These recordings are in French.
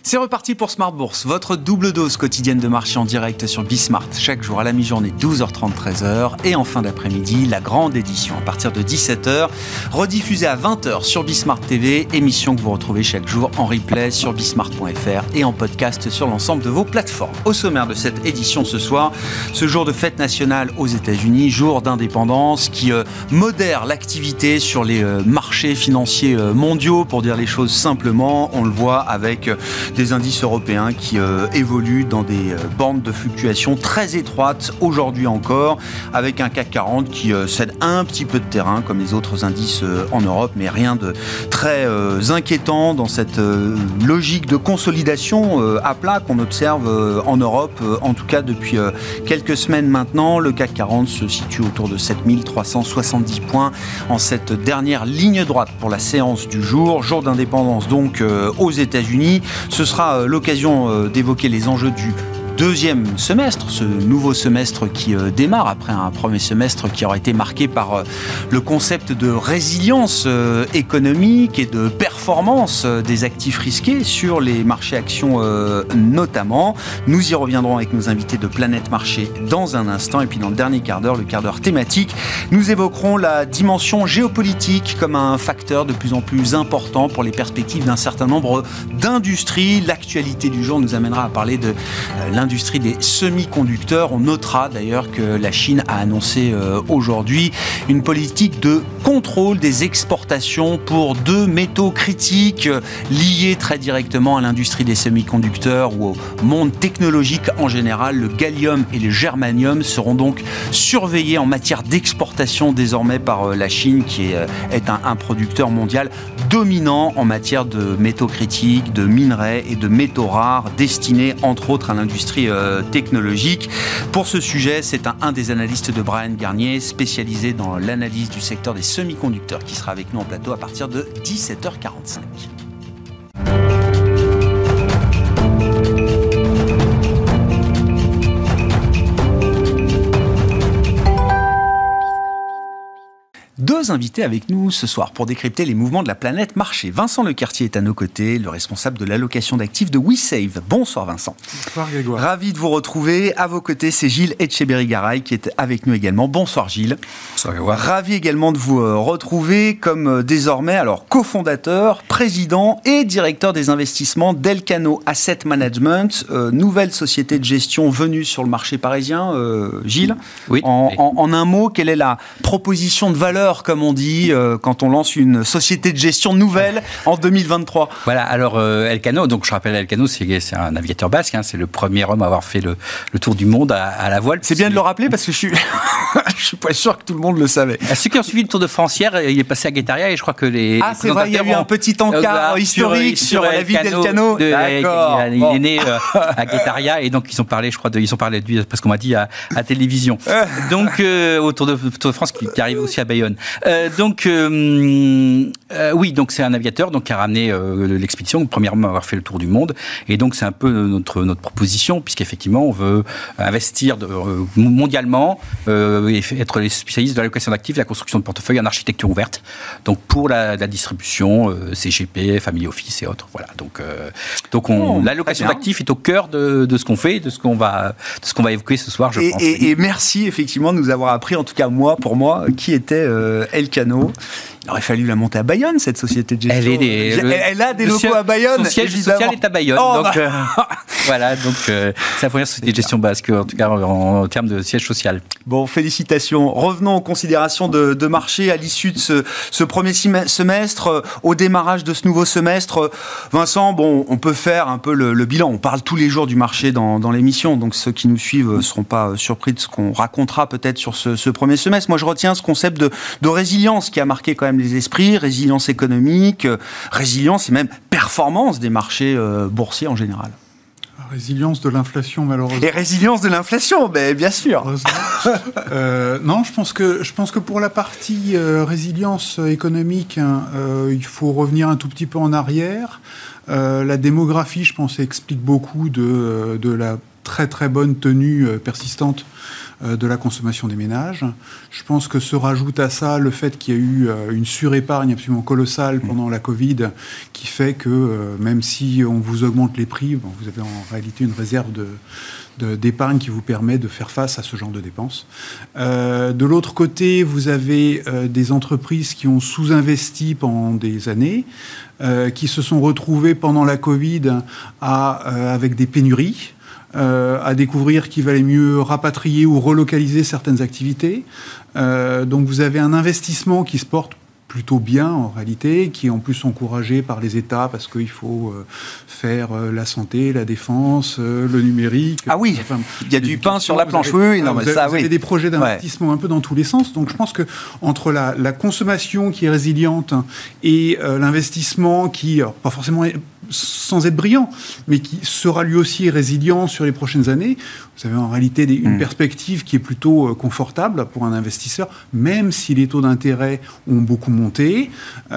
C'est reparti pour Smart Bourse, votre double dose quotidienne de marché en direct sur Bismart, chaque jour à la mi-journée, 12h30, 13h, et en fin d'après-midi, la grande édition à partir de 17h, rediffusée à 20h sur Bismart TV, émission que vous retrouvez chaque jour en replay sur bismart.fr et en podcast sur l'ensemble de vos plateformes. Au sommaire de cette édition ce soir, ce jour de fête nationale aux États-Unis, jour d'indépendance qui modère l'activité sur les marchés financiers mondiaux, pour dire les choses simplement. On le voit avec des indices européens qui évoluent dans des bandes de fluctuation très étroites aujourd'hui encore, avec un CAC 40 qui cède un petit peu de terrain comme les autres indices en Europe, mais rien de très inquiétant dans cette logique de consolidation à plat qu'on observe en Europe, en tout cas depuis quelques semaines maintenant. Le CAC 40 se situe autour de 7370 points en cette dernière ligne droite pour la séance du jour. Jour d'indépendance donc aux États-Unis. Ce sera l'occasion d'évoquer les enjeux du deuxième semestre, ce nouveau semestre qui démarre après un premier semestre qui aura été marqué par le concept de résilience économique et de performance des actifs risqués sur les marchés actions notamment. Nous y reviendrons avec nos invités de Planète Marché dans un instant. Et puis dans le dernier quart d'heure, le quart d'heure thématique, nous évoquerons la dimension géopolitique comme un facteur de plus en plus important pour les perspectives d'un certain nombre d'industries. L'actualité du jour nous amènera à parler de l'industrie des semi-conducteurs. On notera d'ailleurs que la Chine a annoncé aujourd'hui une politique de contrôle des exportations pour deux métaux critiques liés très directement à l'industrie des semi-conducteurs ou au monde technologique en général. Le gallium et le germanium seront donc surveillés en matière d'exportation désormais par la Chine, qui est un producteur mondial dominant en matière de métaux critiques, de minerais et de métaux rares destinés entre autres à l'industrie technologique. Pour ce sujet, c'est un des analystes de Bryan Garnier, spécialisé dans l'analyse du secteur des semi-conducteurs, qui sera avec nous en plateau à partir de 17h45. Deux invités avec nous ce soir pour décrypter les mouvements de la planète marché. Vincent Lequertier est à nos côtés, le responsable de l'allocation d'actifs de WeSave. Bonsoir Vincent. Bonsoir Grégoire. Ravi de vous retrouver. À vos côtés, c'est Gilles Etcheberry-Garay qui est avec nous également. Bonsoir Gilles. Bonsoir Grégoire. Ravi également de vous retrouver comme désormais cofondateur, président et directeur des investissements d'Elcano Asset Management, nouvelle société de gestion venue sur le marché parisien. Gilles, oui. En un mot, quelle est la proposition de valeur, comme on dit, quand on lance une société de gestion nouvelle en 2023. Voilà, alors Elcano, donc je rappelle, Elcano, c'est un navigateur basque, c'est le premier homme à avoir fait le tour du monde à la voile. C'est bien de le rappeler parce que je suis pas sûr que tout le monde le savait. Ceux qui ont suivi le Tour de France hier, il est passé à Guétaria et je crois que les... Ah, c'est vrai, il y a eu un petit encart historique sur la vie d'Elcano. D'accord. Il est né à Guétaria et donc ils ont parlé de lui, parce qu'on m'a dit, à télévision. Donc, au Tour de France qui arrive aussi à Bayonne. Oui, donc c'est un navigateur donc qui a ramené l'expédition, le premier homme à avoir fait le tour du monde, et donc c'est un peu notre proposition, puisqu'effectivement on veut investir mondialement et être les spécialistes de l'allocation d'actifs, la construction de portefeuilles en architecture ouverte, donc pour la distribution CGP, Family Office et autres. Voilà, donc l'allocation d'actifs est au cœur de ce qu'on fait, de ce qu'on va évoquer ce soir, je pense. Et merci effectivement de nous avoir appris, en tout cas pour moi, qui était Elcano. Il aurait fallu la monter à Bayonne, cette société de gestion. Elle a des locaux à Bayonne. Son siège social est à Bayonne. Voilà, donc c'est la première société de gestion basque, en tout cas en termes de siège social. Bon, félicitations. Revenons aux considérations de marché à l'issue de ce premier semestre, au démarrage de ce nouveau semestre. Vincent, on peut faire un peu le bilan. On parle tous les jours du marché dans l'émission, donc ceux qui nous suivent ne seront pas surpris de ce qu'on racontera peut-être sur ce premier semestre. Moi, je retiens ce concept de résilience qui a marqué quand même les esprits, résilience économique, résilience et même performance des marchés boursiers en général. Résilience de l'inflation, malheureusement. Et résilience de l'inflation, bien sûr. Non, je pense que pour la partie résilience économique, il faut revenir un tout petit peu en arrière. La démographie, je pense, explique beaucoup de la très très bonne tenue persistante de la consommation des ménages. Je pense que se rajoute à ça le fait qu'il y a eu une surépargne absolument colossale pendant la Covid, qui fait que même si on vous augmente les prix, vous avez en réalité une réserve d'épargne qui vous permet de faire face à ce genre de dépenses. De l'autre côté, vous avez des entreprises qui ont sous-investi pendant des années, qui se sont retrouvées pendant la Covid avec des pénuries, à découvrir qu'il valait mieux rapatrier ou relocaliser certaines activités. Donc vous avez un investissement qui se porte plutôt bien en réalité, qui est en plus encouragé par les États parce qu'il faut faire la santé, la défense, le numérique. Ah oui, il y a du pain sur la planche. Vous avez des projets d'investissement un peu dans tous les sens. Donc je pense que entre la consommation qui est résiliente et l'investissement qui, pas forcément sans être brillant, mais qui sera lui aussi résilient sur les prochaines années, vous avez en réalité une perspective qui est plutôt confortable pour un investisseur, même si les taux d'intérêt ont beaucoup monté.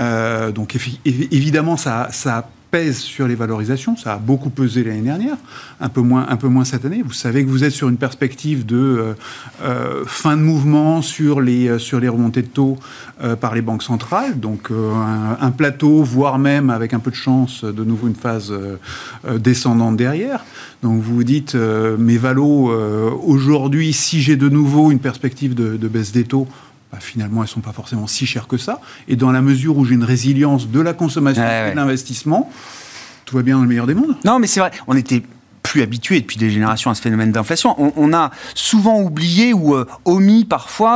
Donc évidemment, ça pèse sur les valorisations. Ça a beaucoup pesé l'année dernière, un peu moins cette année. Vous savez que vous êtes sur une perspective de fin de mouvement sur les remontées de taux par les banques centrales. Donc un plateau, voire même avec un peu de chance, de nouveau une phase descendante derrière. Donc vous vous dites, mes valos, aujourd'hui, si j'ai de nouveau une perspective de baisse des taux, finalement, elles ne sont pas forcément si chères que ça. Et dans la mesure où j'ai une résilience de la consommation et de l'investissement, tout va bien dans le meilleur des mondes. Non, mais c'est vrai, on était plus habitué depuis des générations à ce phénomène d'inflation. On a souvent oublié ou omis parfois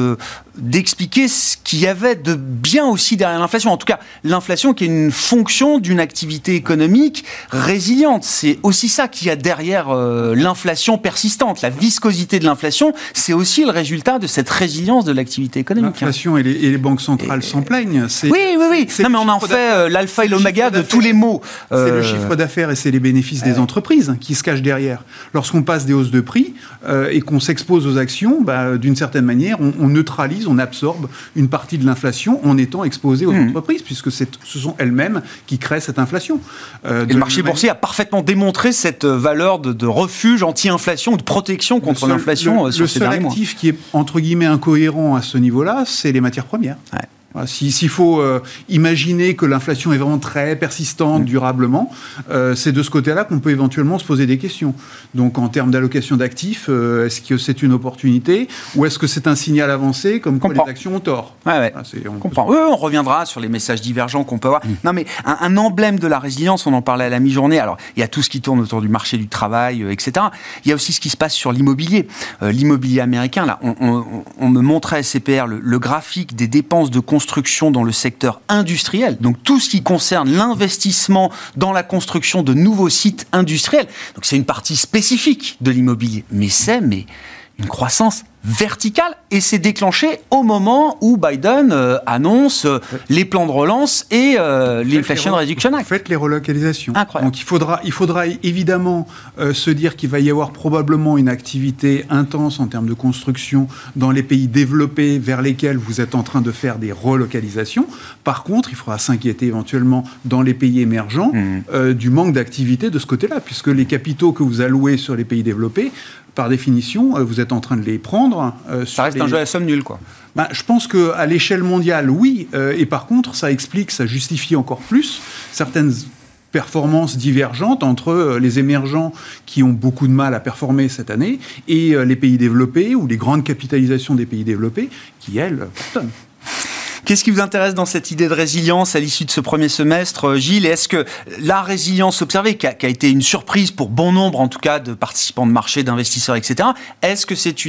d'expliquer ce qu'il y avait de bien aussi derrière l'inflation. En tout cas, l'inflation qui est une fonction d'une activité économique résiliente. C'est aussi ça qu'il y a derrière l'inflation persistante. La viscosité de l'inflation, c'est aussi le résultat de cette résilience de l'activité économique. L'inflation et les banques centrales s'en plaignent. Oui. Non, mais on en fait l'alpha et l'oméga de tous les mots. C'est le chiffre d'affaires et c'est les bénéfices des entreprises qui se cachent derrière. Lorsqu'on passe des hausses de prix et qu'on s'expose aux actions, d'une certaine manière, on neutralise, on absorbe une partie de l'inflation en étant exposé aux entreprises, puisque ce sont elles-mêmes qui créent cette inflation. Et le marché boursier a parfaitement démontré cette valeur de refuge anti-inflation, de protection contre l'inflation sur ces derniers mois. Le seul actif qui est, entre guillemets, incohérent à ce niveau-là, c'est les matières premières. Ouais. S'il faut imaginer que l'inflation est vraiment très persistante durablement, c'est de ce côté-là qu'on peut éventuellement se poser des questions. Donc en termes d'allocation d'actifs, est-ce que c'est une opportunité ou est-ce que c'est un signal avancé comme quoi les actions ont tort? On comprend. On reviendra sur les messages divergents qu'on peut avoir. Non, mais un emblème de la résilience, on en parlait à la mi-journée. Alors il y a tout ce qui tourne autour du marché du travail, etc. Il y a aussi ce qui se passe sur l'immobilier. L'immobilier américain, là, on me montrait à SCPR le graphique des dépenses de construction dans le secteur industriel, donc tout ce qui concerne l'investissement dans la construction de nouveaux sites industriels. Donc c'est une partie spécifique de l'immobilier, mais c'est une croissance verticale et c'est déclenché au moment où Biden annonce les plans de relance et l'Inflation Reduction Act. Faites les relocalisations. Incroyable. Donc il faudra évidemment se dire qu'il va y avoir probablement une activité intense en termes de construction dans les pays développés vers lesquels vous êtes en train de faire des relocalisations. Par contre, il faudra s'inquiéter éventuellement dans les pays émergents du manque d'activité de ce côté-là, puisque les capitaux que vous allouez sur les pays développés, par définition, vous êtes en train de les prendre. Ça reste un jeu à somme nulle, quoi. Je pense qu'à l'échelle mondiale, oui. Et par contre, ça justifie encore plus certaines performances divergentes entre les émergents qui ont beaucoup de mal à performer cette année et les pays développés ou les grandes capitalisations des pays développés qui, elles, cartonnent. Qu'est-ce qui vous intéresse dans cette idée de résilience à l'issue de ce premier semestre, Gilles? Et est-ce que la résilience observée, qui a été une surprise pour bon nombre, en tout cas, de participants de marché, d'investisseurs, etc., est-ce que c'est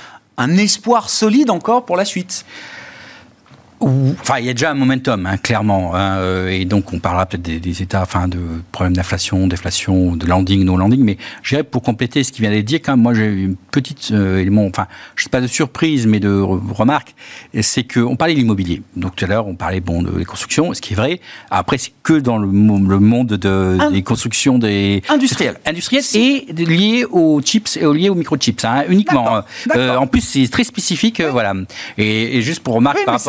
un espoir solide encore pour la suite? Enfin, il y a déjà un momentum, clairement. Et donc, on parlera peut-être des états, de problèmes d'inflation, déflation, de landing, no landing. Mais je dirais, pour compléter ce qui vient d'être dit, quand même, moi, j'ai eu une petite élément, je sais pas de surprise, mais de remarque, c'est qu'on parlait de l'immobilier. Donc, tout à l'heure, on parlait, des constructions, ce qui est vrai. Après, c'est que dans le monde des constructions industrielles et liées aux chips et liées aux microchips, uniquement. En plus, c'est très spécifique, voilà. Et juste pour remarquer par rapport... ça fait quand même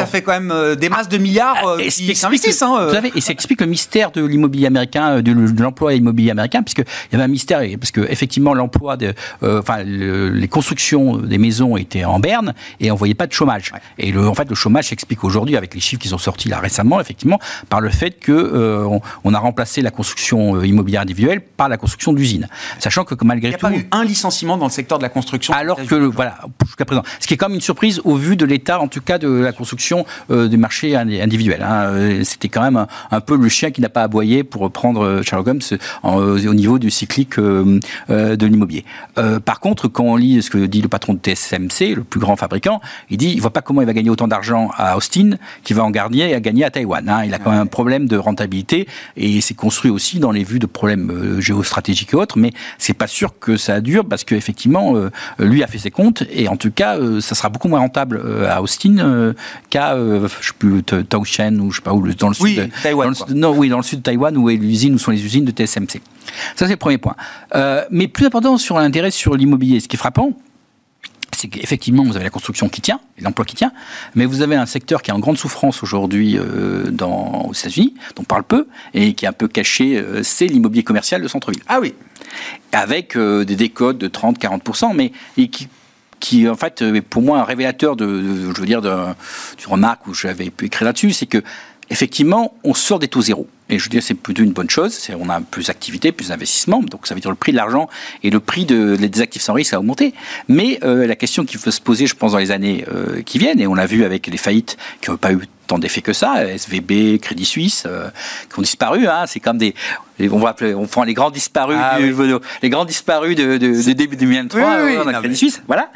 même des masses de milliards qui s'investissent. Tout à fait. Et ça explique le mystère de l'immobilier américain, de l'emploi immobilier américain, puisqu'il y avait un mystère, parce que effectivement l'emploi, les constructions des maisons étaient en berne et on voyait pas de chômage. Ouais. Et en fait, le chômage s'explique aujourd'hui avec les chiffres qui sont sortis là récemment, effectivement, par le fait que on a remplacé la construction immobilière individuelle par la construction d'usines, sachant que malgré tout, il n'y a pas eu un licenciement dans le secteur de la construction. Alors que voilà, jusqu'à présent, ce qui est quand même une surprise au vu de l'état, en tout cas, de la construction du marché individuel. Hein. C'était quand même un peu le chien qui n'a pas aboyé, pour reprendre Sherlock Holmes, au niveau du cyclique de l'immobilier. Par contre, quand on lit ce que dit le patron de TSMC, le plus grand fabricant, il dit il voit pas comment il va gagner autant d'argent à Austin qu'il va en gagner à Taïwan. Hein. Il a quand même un problème de rentabilité et c'est construit aussi dans les vues de problèmes géostratégiques et autres, mais c'est pas sûr que ça dure parce qu'effectivement, lui a fait ses comptes et en tout cas, ça sera beaucoup moins rentable à Austin qu'à, je sais plus, Taoyuan ou je sais pas où, dans le sud. Taïwan. Dans le sud de Taïwan où est l'usine, où sont les usines de TSMC. Ça, c'est le premier point. Mais plus important sur l'intérêt sur l'immobilier, ce qui est frappant, c'est qu'effectivement, vous avez la construction qui tient, et l'emploi qui tient, mais vous avez un secteur qui est en grande souffrance aujourd'hui aux États-Unis, dont on parle peu, et qui est un peu caché, c'est l'immobilier commercial de centre-ville. Ah oui. Avec des décotes de 30-40%, mais qui en fait est pour moi un révélateur d'une remarque où j'avais pu écrire là-dessus, c'est que effectivement, on sort des taux zéro. Et je veux dire, c'est plutôt une bonne chose. On a plus d'activité, plus d'investissement. Donc, ça veut dire le prix de l'argent et le prix des actifs sans risque a augmenté. Mais la question qui peut se poser, je pense, dans les années qui viennent, et on l'a vu avec les faillites qui n'ont pas eu tant d'effet que ça, SVB, Crédit Suisse, qui ont disparu. Hein, c'est comme on prend les grands disparus, les grands disparus de début 2023 dans Crédit Suisse. Voilà.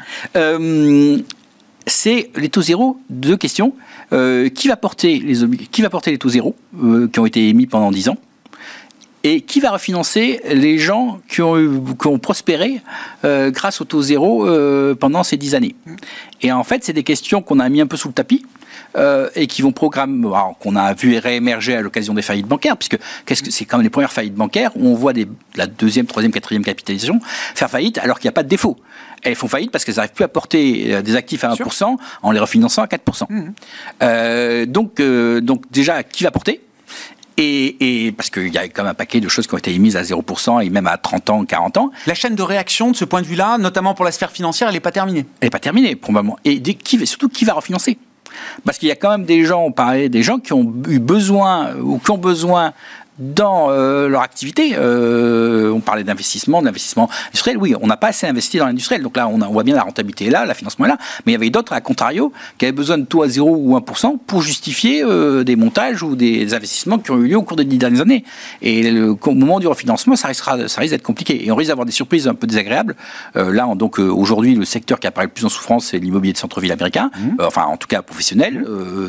C'est les taux zéro, deux questions. Qui va porter les taux zéro qui ont été émis pendant 10 ans et qui va refinancer les gens qui ont prospéré grâce aux taux zéro pendant ces 10 années. Et en fait, c'est des questions qu'on a mis un peu sous le tapis et qui vont qu'on a vu réémerger à l'occasion des faillites bancaires, puisque c'est quand même les premières faillites bancaires où on voit la deuxième, troisième, quatrième capitalisation faire faillite alors qu'il n'y a pas de défaut. Elles font faillite parce qu'elles n'arrivent plus à porter des actifs à 1% en les refinançant à 4%. Donc déjà, qui va porter ? Et parce qu'il y a quand même un paquet de choses qui ont été émises à 0% et même à 30 ans, 40 ans. La chaîne de réaction de ce point de vue-là, notamment pour la sphère financière, elle n'est pas terminée. Elle n'est pas terminée, probablement. Et surtout, qui va refinancer ? Parce qu'il y a quand même des gens qui ont eu besoin ou qui ont besoin dans leur activité. On parlait d'investissement industriel. Oui, on n'a pas assez investi dans l'industriel. Donc là, on voit bien la rentabilité est là, le financement est là. Mais il y avait d'autres, à contrario, qui avaient besoin de taux à 0 ou 1% pour justifier des montages ou des investissements qui ont eu lieu au cours des 10 dernières années. Et au moment du refinancement, ça risque d'être compliqué. Et on risque d'avoir des surprises un peu désagréables. Aujourd'hui, le secteur qui apparaît le plus en souffrance, c'est l'immobilier de centre-ville américain. Enfin, en tout cas, professionnel.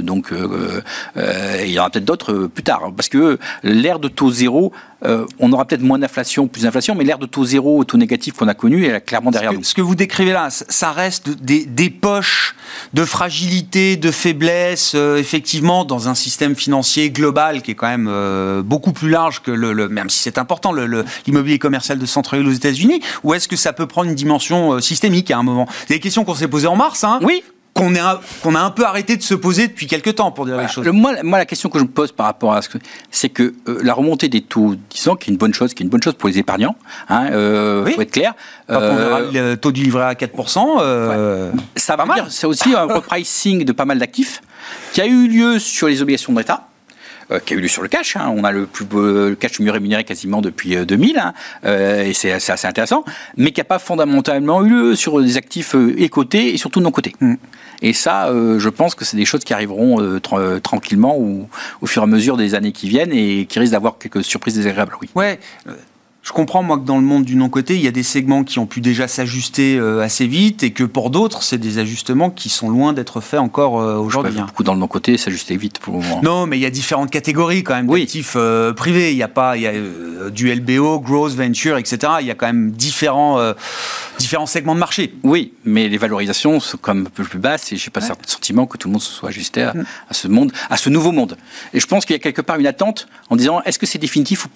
Il y en aura peut-être d'autres plus tard. Parce que l'ère de taux zéro, on aura peut-être moins d'inflation, plus d'inflation, mais l'ère de taux zéro, taux négatif qu'on a connu, elle est clairement derrière nous. Ce que vous décrivez là, ça reste des poches de fragilité, de faiblesse, effectivement, dans un système financier global qui est quand même beaucoup plus large que même si c'est important, l'immobilier commercial de centre-ville aux États-Unis, ou est-ce que ça peut prendre une dimension systémique à un moment ? C'est des questions qu'on s'est posées en mars, hein ? Oui. Qu'on a un peu arrêté de se poser depuis quelques temps, pour dire les choses. Moi, la question que je me pose par rapport à c'est que la remontée des taux, disons, qui est une bonne chose pour les épargnants, faut être clair. Quand on verra le taux du livret à 4%, ça va mal. C'est aussi un repricing de pas mal d'actifs qui a eu lieu sur les obligations de l'État. Qui a eu lieu sur le cash. On a le cash le mieux rémunéré quasiment depuis 2000, et c'est assez intéressant, mais qui n'a pas fondamentalement eu lieu sur des actifs cotés et surtout non cotés. Et ça, je pense que c'est des choses qui arriveront tranquillement au fur et à mesure des années qui viennent et qui risquent d'avoir quelques surprises désagréables. Oui. Ouais. Je comprends, moi, que dans le monde du non-coté, il y a des segments qui ont pu déjà s'ajuster assez vite et que pour d'autres, c'est des ajustements qui sont loin d'être faits encore aujourd'hui. Beaucoup dans le non-coté s'ajuster vite pour le moment. Non, mais il y a différentes catégories quand même d'actifs privés. Il y a du LBO, growth, venture, etc. Il y a quand même différents segments de marché. Oui, mais les valorisations sont quand même un peu plus basses et je n'ai pas certain sentiment que tout le monde se soit ajusté à ce monde, à ce nouveau monde. Et je pense qu'il y a quelque part une attente en disant est-ce que c'est définitif ou pas ?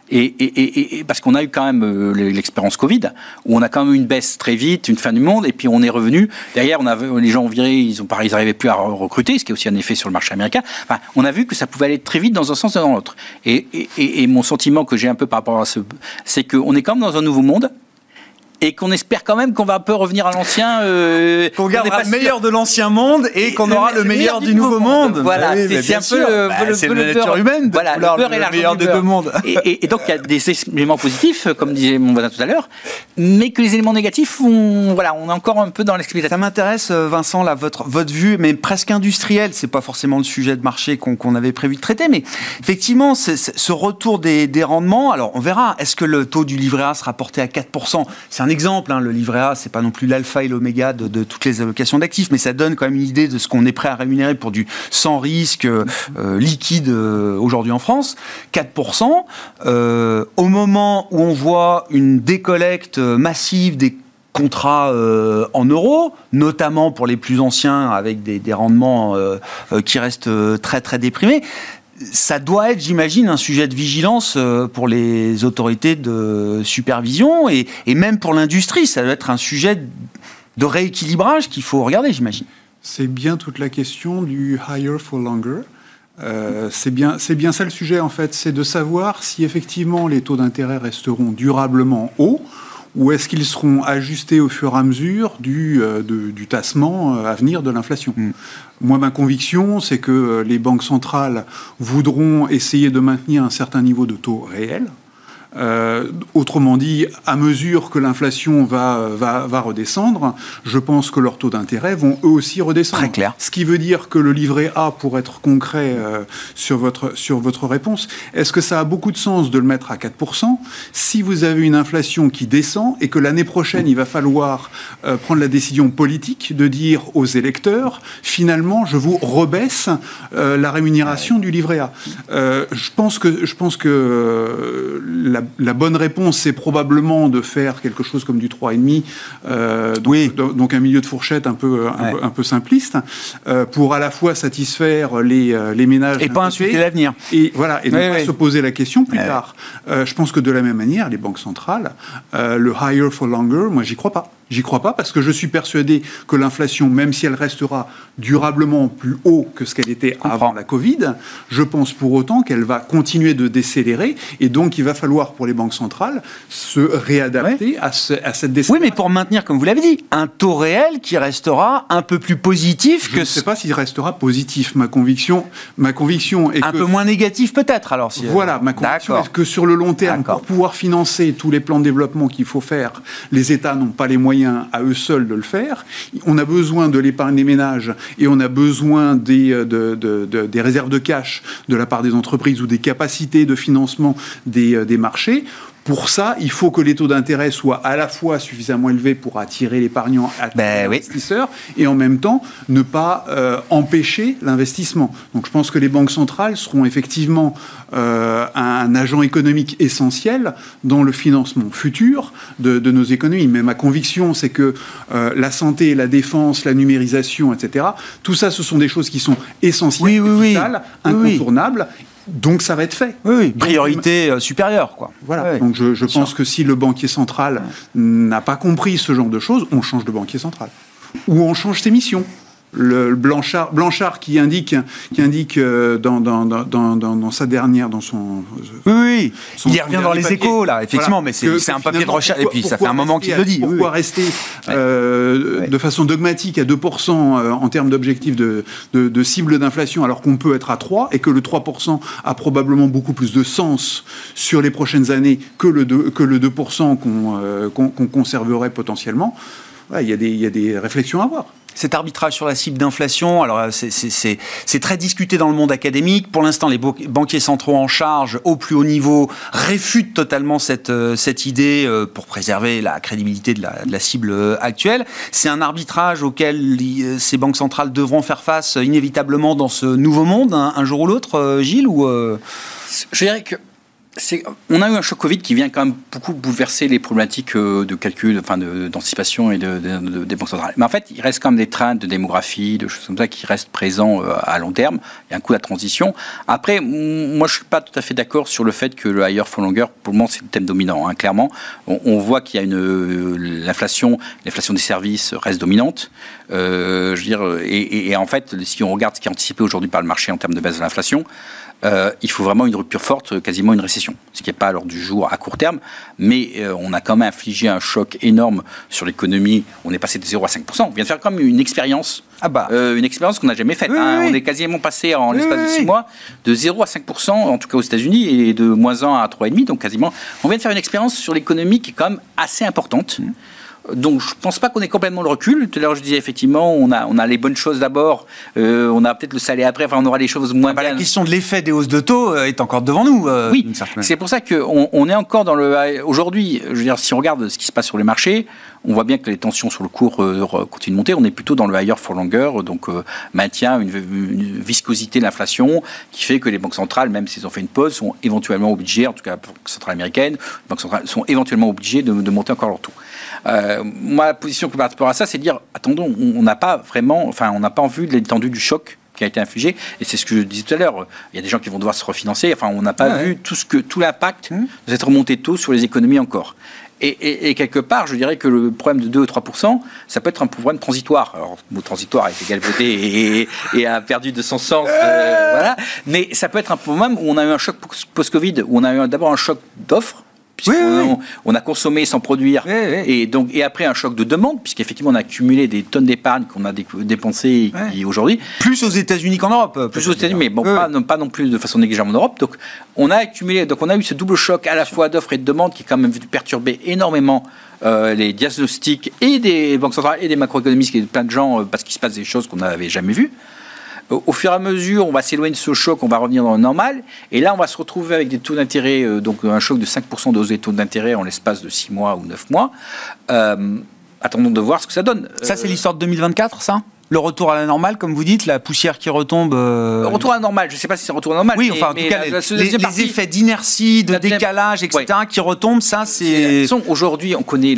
Et parce qu'on a eu quand même l'expérience Covid, où on a quand même eu une baisse très vite, une fin du monde, et puis on est revenu. Derrière, les gens ont viré, ils n'arrivaient plus à recruter, ce qui a aussi un effet sur le marché américain. Enfin, on a vu que ça pouvait aller très vite dans un sens et dans l'autre. Et mon sentiment que j'ai un peu par rapport à c'est qu'on est quand même dans un nouveau monde, et qu'on espère quand même qu'on va un peu revenir à l'ancien. Qu'on gardera le meilleur de l'ancien monde et qu'on aura le meilleur du nouveau monde. Voilà, c'est un peu c'est la nature humaine de vouloir le meilleur des deux mondes. Et donc il y a des éléments positifs, comme disait mon voisin tout à l'heure, mais que les éléments négatifs, on est encore un peu dans l'explication. Ça m'intéresse, Vincent, là, votre vue, mais presque industrielle. C'est pas forcément le sujet de marché qu'on avait prévu de traiter, mais effectivement, ce retour des rendements. Alors, on verra. Est-ce que le taux du livret A sera porté à 4%? C'est un exemple, le livret A, c'est pas non plus l'alpha et l'oméga de toutes les allocations d'actifs, mais ça donne quand même une idée de ce qu'on est prêt à rémunérer pour du sans risque liquide aujourd'hui en France. 4%. Au moment où on voit une décollecte massive des contrats en euros, notamment pour les plus anciens, avec des rendements qui restent très très déprimés. Ça doit être, j'imagine, un sujet de vigilance pour les autorités de supervision et même pour l'industrie. Ça doit être un sujet de rééquilibrage qu'il faut regarder, j'imagine. C'est bien toute la question du higher for longer. C'est bien ça le sujet, en fait. C'est de savoir si effectivement les taux d'intérêt resteront durablement hauts ou est-ce qu'ils seront ajustés au fur et à mesure du tassement à venir de l'inflation. Moi, ma conviction, c'est que les banques centrales voudront essayer de maintenir un certain niveau de taux réel. Autrement dit, à mesure que l'inflation va redescendre, je pense que leurs taux d'intérêt vont eux aussi redescendre. Très clair. Ce qui veut dire que le livret A, pour être concret sur votre réponse, est-ce que ça a beaucoup de sens de le mettre à 4% si vous avez une inflation qui descend et que l'année prochaine, il va falloir prendre la décision politique de dire aux électeurs, finalement, je vous rebaisse la rémunération du livret A. Je pense que la bonne réponse, c'est probablement de faire quelque chose comme du 3,5, donc un milieu de fourchette un peu simpliste, pour à la fois satisfaire les ménages et pas insulter l'avenir. Et voilà, et ne pas se poser la question plus tard. Je pense que de la même manière, les banques centrales, le higher for longer, moi, j'y crois pas. J'y crois pas parce que je suis persuadé que l'inflation, même si elle restera durablement plus haut que ce qu'elle était avant la Covid, je pense pour autant qu'elle va continuer de décélérer et donc il va falloir pour les banques centrales se réadapter à cette décélération. Oui, mais pour maintenir, comme vous l'avez dit, un taux réel qui restera un peu plus positif que... Je ne sais pas s'il restera positif. Ma conviction est un peu moins négatif peut-être alors. Voilà, ma conviction est que sur le long terme, pour pouvoir financer tous les plans de développement qu'il faut faire, les États n'ont pas les moyens à eux seuls de le faire. On a besoin de l'épargne des ménages et on a besoin des réserves de cash de la part des entreprises ou des capacités de financement des marchés. Pour ça, il faut que les taux d'intérêt soient à la fois suffisamment élevés pour attirer l'épargnant, attirer l'investisseur, et en même temps ne pas empêcher l'investissement. Donc je pense que les banques centrales seront effectivement un agent économique essentiel dans le financement futur de nos économies. Mais ma conviction, c'est que la santé, la défense, la numérisation, etc., tout ça, ce sont des choses qui sont essentielles, vitales, incontournables. Donc ça va être fait. Priorité supérieure, quoi. Voilà. Donc je pense que si le banquier central n'a pas compris ce genre de choses, on change de banquier central. Ou on change ses missions. Le Blanchard qui indique dans sa dernière, dans son... il y revient dans les Échos, là, effectivement, mais c'est un papier de recherche, et puis ça fait un moment qu'il le dit. Pourquoi rester de façon dogmatique à 2% en termes d'objectif de cible d'inflation, alors qu'on peut être à 3%, et que le 3% a probablement beaucoup plus de sens sur les prochaines années que le 2% qu'on conserverait potentiellement. Il y a des réflexions à avoir. Cet arbitrage sur la cible d'inflation, alors c'est très discuté dans le monde académique. Pour l'instant, les banquiers centraux en charge au plus haut niveau réfutent totalement cette idée pour préserver la crédibilité de la cible actuelle. C'est un arbitrage auquel ces banques centrales devront faire face inévitablement dans ce nouveau monde, un jour ou l'autre, Gilles, ou Je dirais que On a eu un choc Covid qui vient quand même beaucoup bouleverser les problématiques de calcul, d'anticipation et des banques centrales. Mais en fait, il reste quand même des trains de démographie, de choses comme ça qui restent présents à long terme. Il y a un coût de la transition. Après, moi, je suis pas tout à fait d'accord sur le fait que le higher for longer, pour le moment, c'est le thème dominant. Hein. Clairement, on voit qu'il y a l'inflation des services reste dominante. Je veux dire, et en fait, si on regarde ce qui est anticipé aujourd'hui par le marché en termes de baisse de l'inflation, il faut vraiment une rupture forte, quasiment une récession, ce qui n'est pas à l'ordre du jour à court terme, mais on a quand même infligé un choc énorme sur l'économie. On est passé de 0 à 5%. On vient de faire quand même une expérience, une expérience qu'on n'a jamais faite. Oui. On est quasiment passé en l'espace de 6 mois de 0 à 5%, en tout cas aux États-Unis, et de moins 1 à 3,5%, donc quasiment. On vient de faire une expérience sur l'économie qui est quand même assez importante. Donc, je ne pense pas qu'on ait complètement le recul. Tout à l'heure, je disais effectivement, on a les bonnes choses d'abord, on a peut-être le salé après, on aura les choses moins bien. La question de l'effet des hausses de taux est encore devant nous. Oui, c'est pour ça qu'on est encore dans le... Aujourd'hui, je veux dire, si on regarde ce qui se passe sur les marchés, on voit bien que les tensions sur le cours continuent de monter. On est plutôt dans le higher for longer, donc maintient une viscosité de l'inflation qui fait que les banques centrales, même s'ils ont fait une pause, sont éventuellement obligées, en tout cas les banques centrales américaines, les banques centrales sont éventuellement obligées de monter encore leur taux. Moi, la position par rapport à ça, c'est de dire, attendons, on n'a pas vu l'étendue du choc qui a été infligé, et c'est ce que je disais tout à l'heure, il y a des gens qui vont devoir se refinancer, on n'a pas vu tout l'impact de cette remontée de taux sur les économies encore. Et quelque part, je dirais que le problème de 2 ou 3%, ça peut être un problème transitoire. Alors, le mot transitoire a été galvaudé et a perdu de son sens. Voilà. Mais ça peut être un problème où on a eu un choc post-Covid, où on a eu d'abord un choc d'offres, puisqu'on a consommé sans produire, et après un choc de demande, puisqu'effectivement on a accumulé des tonnes d'épargne qu'on a dépensées aujourd'hui. Plus aux États-Unis qu'en Europe. Plus aux États-Unis, mais bon, pas non plus de façon négligeable en Europe. Donc on a eu ce double choc à la fois d'offres et de demande qui a quand même perturbé énormément les diagnostics et des banques centrales et des macroéconomistes et de plein de gens, parce qu'il se passe des choses qu'on n'avait jamais vues. Au fur et à mesure, on va s'éloigner de ce choc, on va revenir dans le normal. Et là, on va se retrouver avec des taux d'intérêt, donc un choc de 5% de hausse des taux d'intérêt en l'espace de 6 mois ou 9 mois. Attendons de voir ce que ça donne. Ça, c'est l'histoire de 2024, ça ? Le retour à la normale, comme vous dites, la poussière qui retombe... Le retour à la normale, je ne sais pas si c'est un retour à la normale. Oui, enfin, en tout cas, les effets d'inertie, de décalage, etc., qui retombent, ça, c'est... Aujourd'hui, on connaît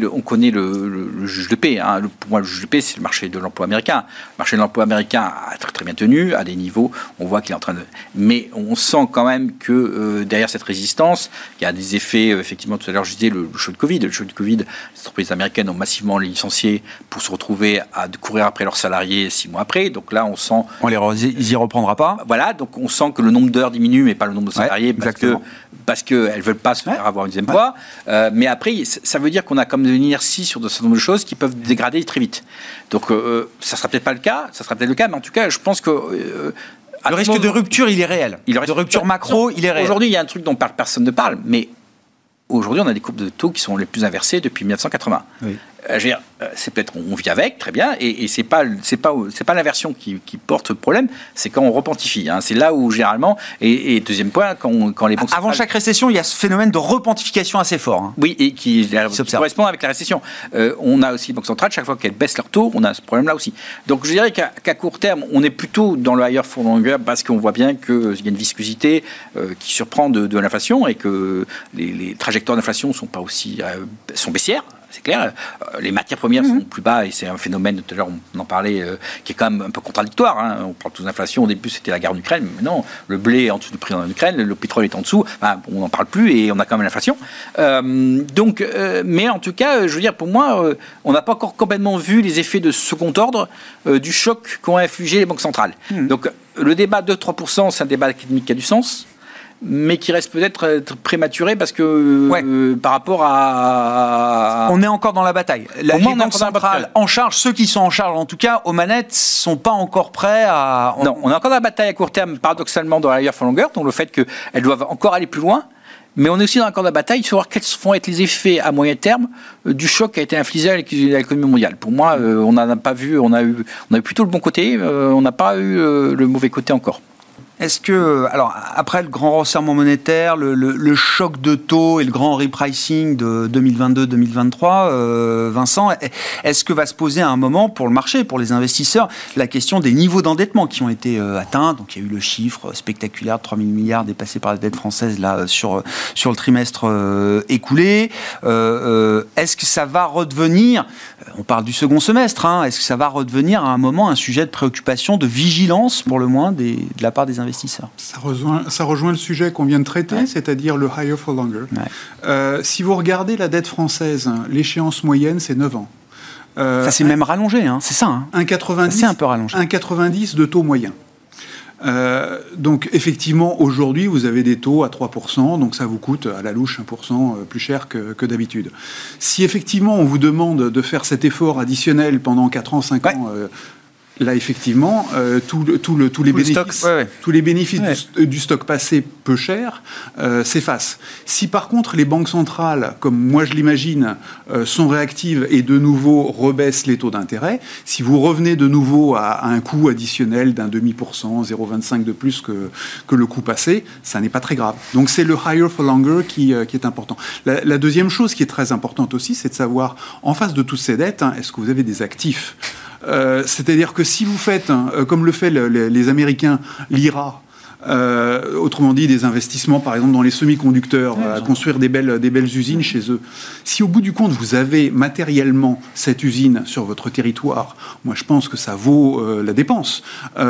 le juge de paix. Hein. Pour moi, le juge de paix, c'est le marché de l'emploi américain. Le marché de l'emploi américain a très, très bien tenu, à des niveaux, on voit qu'il est en train de... Mais on sent quand même que derrière cette résistance, il y a des effets, effectivement, tout à l'heure, je disais, le choc de Covid. Le choc de Covid, les entreprises américaines ont massivement licencié pour se retrouver à courir après leurs salariés 6 mois après, donc là on sent... Ils y reprendra pas. Voilà, donc on sent que le nombre d'heures diminue, mais pas le nombre de salariés, parce qu'elles ne veulent pas se faire avoir une deuxième fois. Mais après, ça veut dire qu'on a comme une inertie sur un certain nombre de choses qui peuvent dégrader très vite. Donc ça ne sera peut-être pas le cas, ça sera peut-être le cas, mais en tout cas, je pense que... le risque de rupture, il est réel. De rupture macro, il est réel. Aujourd'hui, il y a un truc dont personne ne parle, mais aujourd'hui, on a des courbes de taux qui sont les plus inversées depuis 1980. Oui. Je veux dire, c'est peut-être on vit avec, très bien, et c'est pas l'inversion qui porte le problème, c'est quand on repentifie. Hein. C'est là où généralement, et deuxième point, quand les banques avant chaque récession, il y a ce phénomène de repentification assez fort. Hein. Oui, et qui correspond avec la récession. On a aussi les banques centrales, chaque fois qu'elles baissent leurs taux, on a ce problème-là aussi. Donc je dirais qu'à court terme, on est plutôt dans le higher for longer parce qu'on voit bien qu'il y a une viscosité qui surprend de l'inflation et que les trajectoires d'inflation sont pas aussi sont baissières. C'est clair, les matières premières sont plus bas et c'est un phénomène, tout à l'heure on en parlait, qui est quand même un peu contradictoire. Hein. On parle tous d'inflation, au début c'était la guerre en Ukraine, mais non, le blé est en dessous du prix en Ukraine, le pétrole est en dessous, on n'en parle plus et on a quand même l'inflation. Mais en tout cas, je veux dire, pour moi, on n'a pas encore complètement vu les effets de second ordre du choc qu'ont infligé les banques centrales. Donc le débat de 3%, c'est un débat académique qui a du sens, mais qui reste peut-être prématuré parce que par rapport à... On est encore dans la bataille. Les banques centrales en charge, ceux qui sont en charge en tout cas, aux manettes, sont pas encore prêts à... Non, on est encore dans la bataille à court terme, paradoxalement dans la higher for longer, donc le fait qu'elles doivent encore aller plus loin, mais on est aussi dans la bataille sur voir quels vont être les effets à moyen terme du choc qui a été infligé à l'économie mondiale. Pour moi, on n'en a pas vu, on a eu plutôt le bon côté, on n'a pas eu le mauvais côté encore. Est-ce que, alors après le grand resserrement monétaire, le choc de taux et le grand repricing de 2022-2023, Vincent, est-ce que va se poser à un moment pour le marché, pour les investisseurs, la question des niveaux d'endettement qui ont été atteints? Donc il y a eu le chiffre spectaculaire de 3 000 milliards dépassé par la dette française là sur le trimestre écoulé. Est-ce que ça va redevenir, on parle du second semestre, est-ce que ça va redevenir à un moment un sujet de préoccupation, de vigilance pour le moins de la part des investisseurs? Ça rejoint le sujet qu'on vient de traiter, c'est-à-dire le higher for longer. Si vous regardez la dette française, l'échéance moyenne, c'est 9 ans. Ça s'est même rallongé, c'est ça. 1,90, c'est un peu rallongé. 1,90 de taux moyen. Donc effectivement, aujourd'hui, vous avez des taux à 3%, donc ça vous coûte à la louche 1% plus cher que d'habitude. Si effectivement on vous demande de faire cet effort additionnel pendant 4 ans, 5 ans... Là, effectivement, tous les bénéfices du stock passé peu cher s'effacent. Si par contre les banques centrales, comme moi je l'imagine, sont réactives et de nouveau rebaissent les taux d'intérêt, si vous revenez de nouveau à un coût additionnel d'un 0,5%, 0,25 de plus que le coût passé, ça n'est pas très grave. Donc c'est le higher for longer qui est important. La deuxième chose qui est très importante aussi, c'est de savoir, en face de toutes ces dettes, est-ce que vous avez des actifs ? C'est-à-dire que si vous faites, comme le fait les Américains, l'IRA, autrement dit des investissements par exemple dans les semi-conducteurs, à construire des belles usines chez eux, si au bout du compte vous avez matériellement cette usine sur votre territoire, moi je pense que ça vaut la dépense.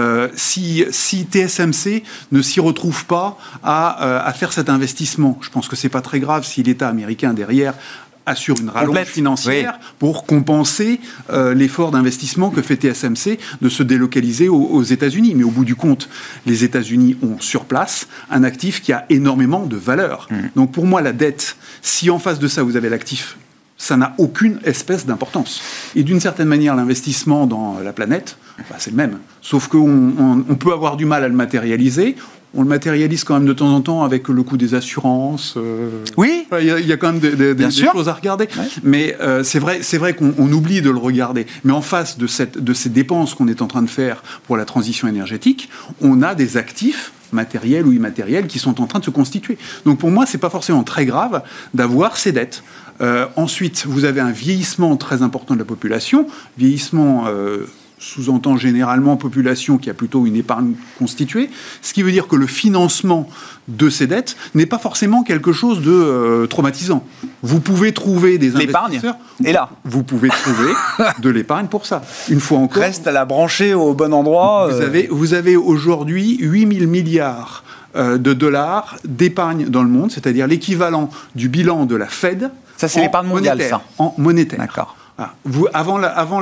Si TSMC ne s'y retrouve pas à faire cet investissement, je pense que c'est pas très grave si l'État américain derrière assure une rallonge financière pour compenser l'effort d'investissement que fait TSMC de se délocaliser aux États-Unis. Mais au bout du compte, les États-Unis ont sur place un actif qui a énormément de valeur. Donc pour moi, la dette, si en face de ça vous avez l'actif, ça n'a aucune espèce d'importance. Et d'une certaine manière, l'investissement dans la planète, c'est le même. Sauf qu'on peut avoir du mal à le matérialiser. On le matérialise quand même de temps en temps avec le coût des assurances. Oui. Il y a quand même des choses à regarder. Ouais. Mais c'est vrai qu'on oublie de le regarder. Mais en face de ces dépenses qu'on est en train de faire pour la transition énergétique, on a des actifs matériels ou immatériels qui sont en train de se constituer. Donc pour moi, c'est pas forcément très grave d'avoir ces dettes. Ensuite, vous avez un vieillissement très important de la population. Vieillissement... sous-entend généralement population qui a plutôt une épargne constituée, ce qui veut dire que le financement de ces dettes n'est pas forcément quelque chose de traumatisant. Vous pouvez trouver des investisseurs... Et là, vous pouvez trouver de l'épargne pour ça. Une fois encore... Reste à la brancher au bon endroit. Vous avez aujourd'hui 8 000 milliards de dollars d'épargne dans le monde, c'est-à-dire l'équivalent du bilan de la Fed. Ça, c'est l'épargne mondiale, ça. En monétaire. D'accord. Avant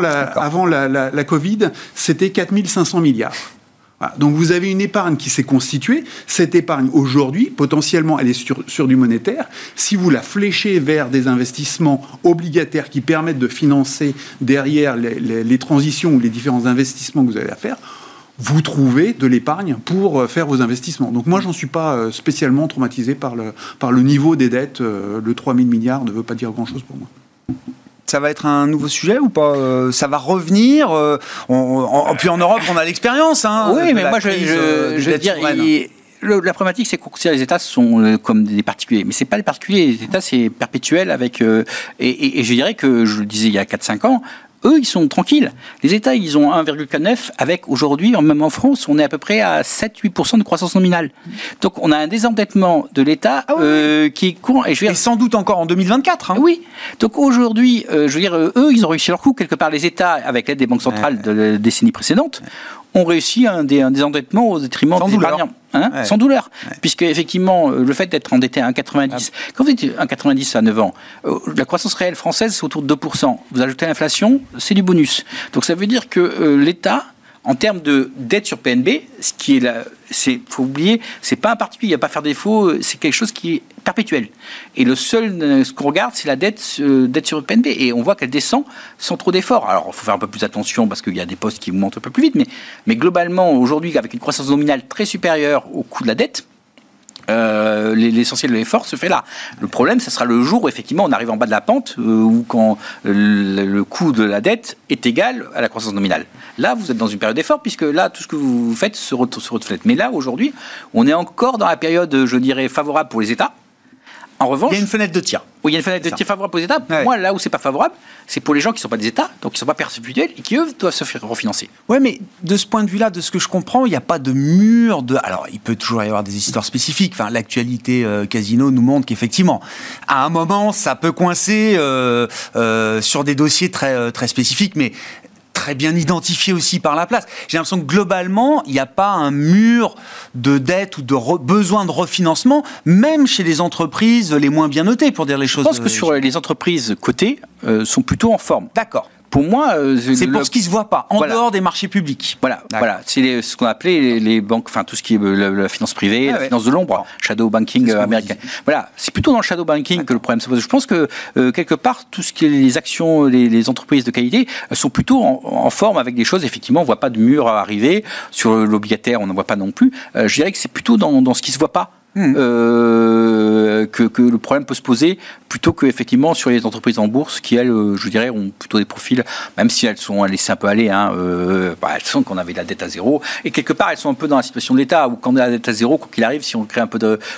la Covid, c'était 4 500 milliards. Voilà. Donc vous avez une épargne qui s'est constituée. Cette épargne, aujourd'hui, potentiellement, elle est sur du monétaire. Si vous la fléchez vers des investissements obligataires qui permettent de financer derrière les transitions ou les différents investissements que vous avez à faire, vous trouvez de l'épargne pour faire vos investissements. Donc moi, j'en suis pas spécialement traumatisé par le niveau des dettes. Le 3 000 milliards ne veut pas dire grand-chose pour moi. Ça va être un nouveau sujet ou pas? Ça va revenir puis en Europe, on a l'expérience. Oui, mais moi, je veux dire... La problématique, c'est qu'on considère les États sont comme des particuliers. Mais ce n'est pas des particuliers. Les États, c'est perpétuel avec... Et je dirais que, je le disais il y a 4-5 ans, eux, ils sont tranquilles. Les États, ils ont 1,9 avec aujourd'hui, même en France, on est à peu près à 7-8% de croissance nominale. Donc, on a un désendettement de l'État qui est courant. Et sans doute encore en 2024. Oui. Donc, aujourd'hui, je veux dire, eux, ils ont réussi leur coup. Quelque part, les États, avec l'aide des banques centrales de la décennie précédente, ont réussi un désendettement au détriment des épargnants. Sans douleur. Puisque, effectivement, le fait d'être endetté à 1,90, quand vous êtes 1,90 à 9 ans, la croissance réelle française, c'est autour de 2%. Vous ajoutez l'inflation, c'est du bonus. Donc, ça veut dire que l'État, en termes de dette sur PNB, ce qui est là, faut oublier, c'est pas un particulier, il n'y a pas à faire défaut, c'est quelque chose qui est perpétuel. Et le seul, ce qu'on regarde, c'est la dette sur PNB. Et on voit qu'elle descend sans trop d'efforts. Alors, il faut faire un peu plus attention parce qu'il y a des postes qui montent un peu plus vite, mais globalement, aujourd'hui, avec une croissance nominale très supérieure au coût de la dette, L'essentiel de l'effort se fait là. Le problème, ce sera le jour où effectivement on arrive en bas de la pente, ou quand le coût de la dette est égal à la croissance nominale. Là, vous êtes dans une période d'effort, puisque là, tout ce que vous faites se reflète. Mais là, aujourd'hui, on est encore dans la période, je dirais, favorable pour les États. En revanche, il y a une fenêtre de tir. Oui, il y a une fenêtre de tir favorable aux États. Pour moi, là où c'est pas favorable, c'est pour les gens qui ne sont pas des États, donc qui ne sont pas perpétuels et qui, eux, doivent se faire refinancer. Oui, mais de ce point de vue-là, de ce que je comprends, il n'y a pas de mur de... Alors, il peut toujours y avoir des histoires spécifiques. Enfin, l'actualité Casino nous montre qu'effectivement, à un moment, ça peut coincer sur des dossiers très, très spécifiques, mais très bien identifié aussi par la place. J'ai l'impression que globalement, il n'y a pas un mur de dette ou de besoin de refinancement, même chez les entreprises les moins bien notées, pour dire les choses. Je pense que sur les entreprises cotées, sont plutôt en forme. D'accord. Pour moi, c'est pour ce qui se voit pas, en dehors des marchés publics. Voilà. C'est ce qu'on appelait les banques, enfin tout ce qui est la finance privée, la finance de l'ombre, shadow banking américain. Voilà, c'est plutôt dans le shadow banking que le problème se pose. Je pense que quelque part, tout ce qui est les actions, les entreprises de qualité sont plutôt en forme avec des choses. Effectivement, on voit pas de mur à arriver sur l'obligataire, on n'en voit pas non plus. Je dirais que c'est plutôt dans ce qui se voit pas. Que le problème peut se poser plutôt que effectivement sur les entreprises en bourse qui, elles, je dirais, ont plutôt des profils, même si elles sont laissées un peu aller, elles sont qu'on avait de la dette à zéro, et quelque part elles sont un peu dans la situation de l'État où quand on a la dette à zéro, quoi qu'il arrive, si on crée un peu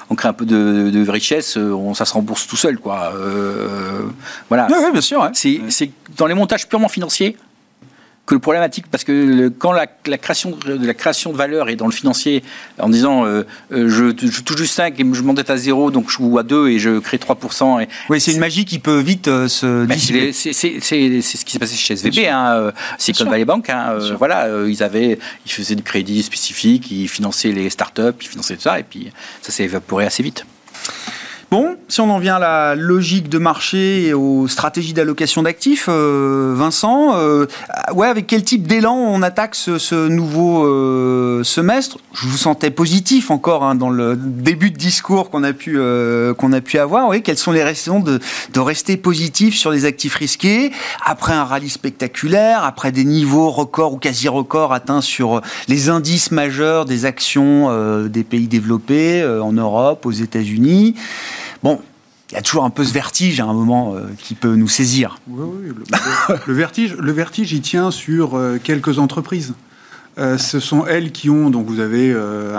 de richesse, ça se rembourse tout seul, quoi. Voilà. Oui, bien sûr. Ouais. C'est dans les montages purement financiers que le problématique, parce que quand la création de valeur est dans le financier, en disant je touche juste 5 et je m'endette à 0, donc je joue à 2 et je crée 3%. Oui, c'est une magie qui peut vite se dissiper. C'est ce qui s'est passé chez SVB, Silicon Valley Bank. Voilà, ils faisaient du crédit spécifique, ils finançaient les startups, ils finançaient tout ça, et puis ça s'est évaporé assez vite. Bon, si on en vient à la logique de marché et aux stratégies d'allocation d'actifs, Vincent, avec quel type d'élan on attaque ce nouveau semestre ? Je vous sentais positif encore dans le début de discours qu'on a pu avoir. Oui, quelles sont les raisons de rester positif sur les actifs risqués après un rallye spectaculaire, après des niveaux records ou quasi-records atteints sur les indices majeurs des actions des pays développés, en Europe, aux États-Unis. Bon, il y a toujours un peu ce vertige à un moment qui peut nous saisir. Oui, le vertige, il tient sur quelques entreprises. Ce sont elles qui ont, donc vous avez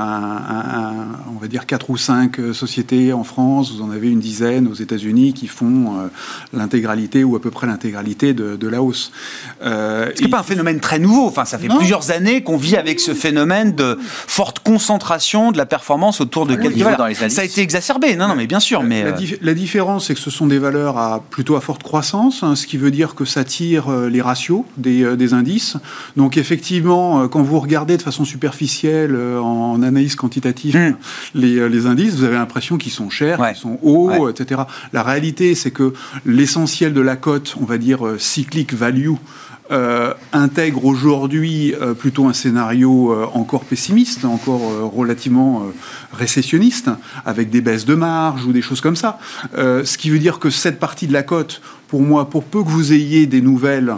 on va dire 4 ou 5 sociétés en France, vous en avez une dizaine aux États-Unis qui font l'intégralité ou à peu près l'intégralité de la hausse. Ce n'est pas un phénomène très nouveau, enfin ça fait plusieurs années qu'on vit avec ce phénomène de forte concentration de la performance autour de quelques valeurs. Ça a été exacerbé, non mais bien sûr. Mais la différence, c'est que ce sont des valeurs plutôt à forte croissance, ce qui veut dire que ça tire les ratios des indices. Donc effectivement, quand vous regardez de façon superficielle en analyse quantitative les indices, vous avez l'impression qu'ils sont chers, qu'ils sont hauts, etc. La réalité, c'est que l'essentiel de la cote, on va dire cyclique value, intègre aujourd'hui plutôt un scénario encore pessimiste, encore relativement récessionniste, avec des baisses de marge ou des choses comme ça. Ce qui veut dire que cette partie de la cote, pour moi, pour peu que vous ayez des nouvelles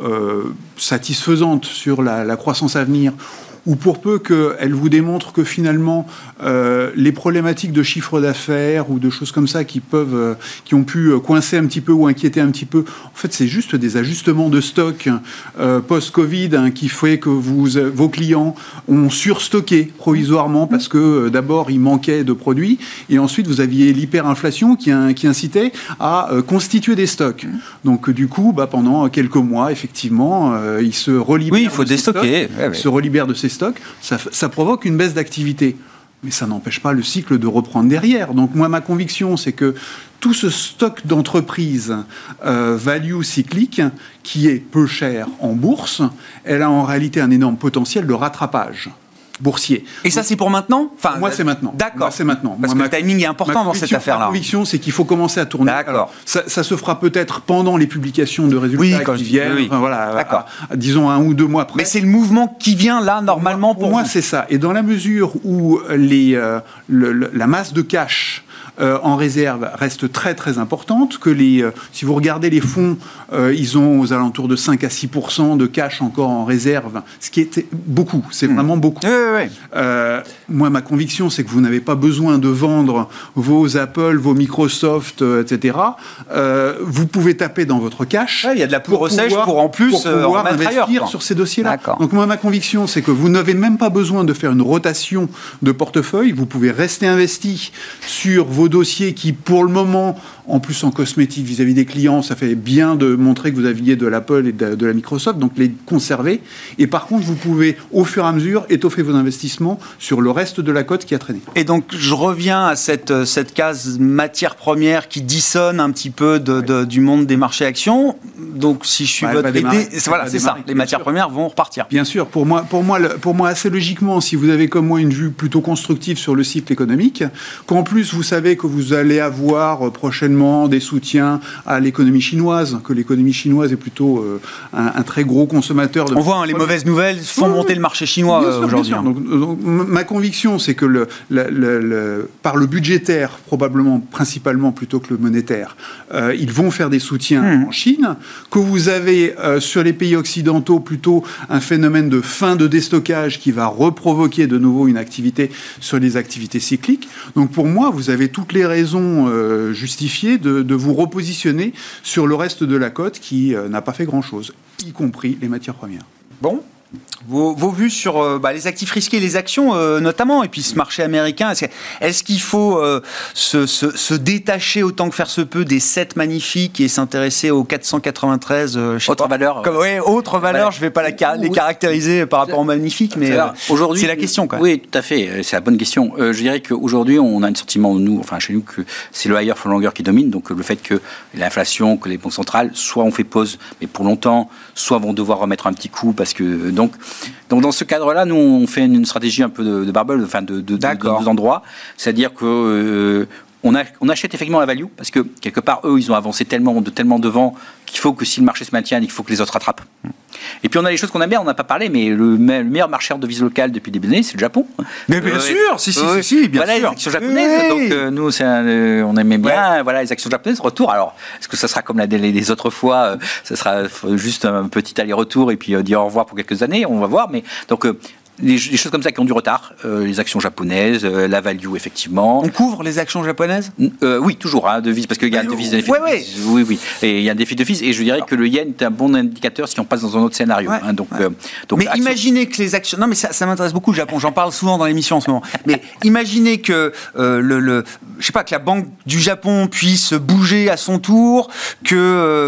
satisfaisante sur la croissance à venir, ou pour peu qu'elle vous démontre que finalement les problématiques de chiffre d'affaires ou de choses comme ça qui ont pu coincer un petit peu ou inquiéter un petit peu, en fait c'est juste des ajustements de stock post-Covid qui fait que vos clients ont surstocké provisoirement parce que d'abord il manquait de produits et ensuite vous aviez l'hyperinflation qui incitait à constituer des stocks. Donc du coup pendant quelques mois effectivement ils se relibèrent. Oui, il faut déstocker. Se relibèrent de ces stocks, ça provoque une baisse d'activité. Mais ça n'empêche pas le cycle de reprendre derrière. Donc moi, ma conviction, c'est que tout ce stock d'entreprises value cyclique, qui est peu cher en bourse, elle a en réalité un énorme potentiel de rattrapage boursier. Et ça, c'est pour maintenant ? Enfin, moi, c'est maintenant. D'accord. Moi, c'est maintenant. Parce que le timing est important dans cette affaire-là. Ma conviction, c'est qu'il faut commencer à tourner. D'accord. Ça se fera peut-être pendant les publications de résultats qui viennent. Oui. Enfin, voilà, d'accord. Disons 1 ou 2 mois après. Mais c'est le mouvement qui vient là, normalement, pour moi, c'est ça. Et dans la mesure où la masse de cash en réserve reste très très importante, que si vous regardez les fonds, ils ont aux alentours de 5 à 6% de cash encore en réserve, ce qui était beaucoup, c'est vraiment beaucoup. Moi, ma conviction, c'est que vous n'avez pas besoin de vendre vos Apple, vos Microsoft, etc. Vous pouvez taper dans votre cash. Il y a de la poudre sèche pour en plus pouvoir investir sur ces dossiers-là. Donc moi, ma conviction, c'est que vous n'avez même pas besoin de faire une rotation de portefeuille. Vous pouvez rester investi sur vos dossiers qui, pour le moment, en plus en cosmétique vis-à-vis des clients, ça fait bien de montrer que vous aviez de l'Apple et de la Microsoft, donc les conserver. Et par contre, vous pouvez, au fur et à mesure, étoffer vos investissements sur le reste de la cote qui a traîné. Et donc, je reviens à cette case matière première qui dissonne un petit peu du monde des marchés actions. Donc, si je suis votre idée, voilà, c'est ça. Les matières premières vont repartir. Bien sûr. Pour moi, assez logiquement, si vous avez comme moi une vue plutôt constructive sur le cycle économique, qu'en plus vous savez que vous allez avoir prochainement des soutiens à l'économie chinoise, que l'économie chinoise est plutôt un très gros consommateur de... On voit, les mauvaises nouvelles font monter le marché chinois aujourd'hui. Donc, ma conviction, c'est que par le budgétaire, probablement, principalement plutôt que le monétaire, ils vont faire des soutiens en Chine, que vous avez sur les pays occidentaux plutôt un phénomène de fin de déstockage qui va reprovoquer de nouveau une activité sur les activités cycliques. Donc pour moi, vous avez toutes les raisons justifiées de vous repositionner sur le reste de la cote qui n'a pas fait grand-chose, y compris les matières premières. Bon. Vos vues sur les actifs risqués, les actions notamment, et puis ce marché américain, est-ce qu'il faut se détacher autant que faire se peut des 7 magnifiques et s'intéresser aux 493 autres valeurs autres valeurs, je ne vais pas les caractériser par rapport aux magnifiques, mais aujourd'hui, c'est la question quand même. Oui, tout à fait, c'est la bonne question. Je dirais qu'aujourd'hui, on a un sentiment, chez nous, que c'est le higher for longer qui domine, donc le fait que l'inflation, que les banques centrales, soit on fait pause, mais pour longtemps, soit vont devoir remettre un petit coup, parce que donc dans ce cadre-là, nous on fait une stratégie un peu de barbell, de deux endroits, c'est-à-dire que on achète effectivement la value parce que quelque part eux ils ont avancé tellement devant qu'il faut que si le marché se maintienne, il faut que les autres rattrapent. Et puis on a les choses qu'on aime bien, on n'a pas parlé, mais le meilleur marcheur de devises locales depuis le début de l'année, c'est le Japon. Mais bien sûr, si, bien sûr. Les actions japonaises, donc nous on aimait bien, les actions japonaises, retour. Alors, est-ce que ça sera comme les autres fois, ça sera juste un petit aller-retour et puis dire au revoir pour quelques années, on va voir, mais donc... les choses comme ça qui ont du retard, les actions japonaises, la value effectivement. On couvre les actions japonaises ? Oui, toujours, devises, parce qu'il y a un devise. Oui, et il y a un défi de devise, et je dirais que le yen est un bon indicateur si on passe dans un autre scénario. Donc, mais imaginez que les actions... Non, mais ça m'intéresse beaucoup le Japon, j'en parle souvent dans l'émission en ce moment. Mais imaginez que je sais pas, que la Banque du Japon puisse bouger à son tour, que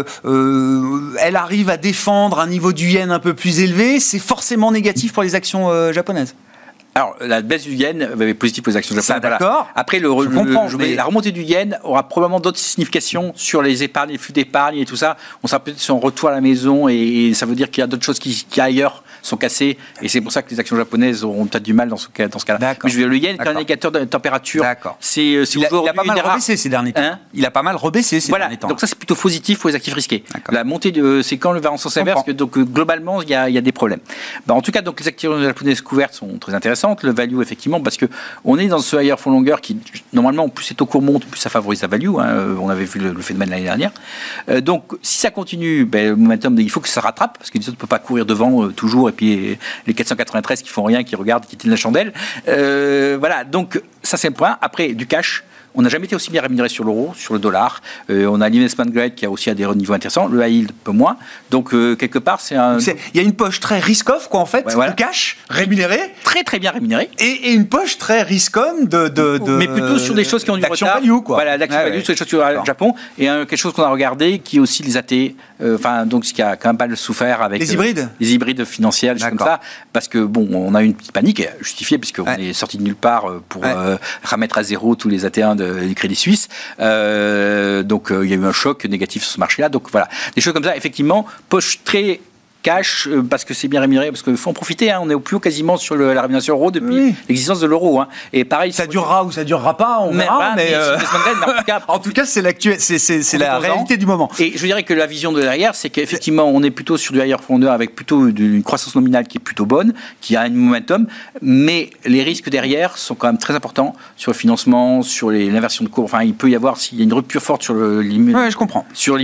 elle arrive à défendre un niveau du yen un peu plus élevé, c'est forcément négatif pour les actions japonaise. Alors, la baisse du yen est positive pour les actions japonaises. Ça, d'accord. Après, la remontée du yen aura probablement d'autres significations sur les épargnes, les flux d'épargne et tout ça. On sera peut-être sur un retour à la maison et ça veut dire qu'il y a d'autres choses qui ailleurs sont cassées. Et c'est pour ça que les actions japonaises auront peut-être du mal dans ce cas-là. D'accord. Mais je veux dire, le yen est un indicateur de température. D'accord. Il a pas mal rebaissé ces derniers temps. Il a pas mal rebaissé ces derniers temps. Donc ça, c'est plutôt positif pour les actifs risqués. D'accord. La montée, c'est quand le va en sens inverse. Donc globalement, il y a des problèmes. En tout cas, donc les actions japonaises couvertes sont très intéressantes. Le value, effectivement, parce que on est dans ce higher for longer qui, normalement, plus c'est au cours monte, plus ça favorise la value. On avait vu le phénomène l'année dernière. Donc, si ça continue, le momentum, il faut que ça rattrape, parce que les autres ne peuvent pas courir devant toujours, et puis les 493 qui font rien, qui regardent, qui tiennent la chandelle. Donc ça c'est le point. Après, du cash. On n'a jamais été aussi bien rémunéré sur l'euro, sur le dollar. On a l'investment grade qui a aussi à des niveaux intéressants. Le high yield, un peu moins. Donc, quelque part, c'est un... Il y a une poche très risk-off, quoi, en fait, de cash rémunéré. Très, très bien rémunéré. Et une poche très risk-on mais plutôt sur des choses qui ont du retard. Value, quoi. Voilà, l'action value sur les choses sur le Japon. Et quelque chose qu'on a regardé, qui est aussi les AT. Donc, ce qui a quand même pas souffert avec... Les hybrides. Les hybrides financiers, des choses comme ça. Parce que, on a eu une petite panique justifiée, puisqu'on est sorti de nulle part pour remettre à zéro tous les AT1 du Crédit Suisse. Donc, il y a eu un choc négatif sur ce marché-là. Donc, voilà. Des choses comme ça, effectivement, poche très cash parce que c'est bien rémunéré, parce qu'il faut en profiter. On est au plus haut quasiment sur la rémunération euro depuis l'existence de l'euro. Et pareil, ça durera ou ça durera pas, on verra. Mais en tout cas, c'est la réalité du moment. Et je dirais que la vision de derrière, c'est qu'effectivement, on est plutôt sur du higher for longer avec plutôt une croissance nominale qui est plutôt bonne, qui a un momentum, mais les risques derrière sont quand même très importants sur le financement, sur l'inversion de cours. Enfin, il peut y avoir, s'il y a une rupture forte sur l'immobilier, je comprends. Sur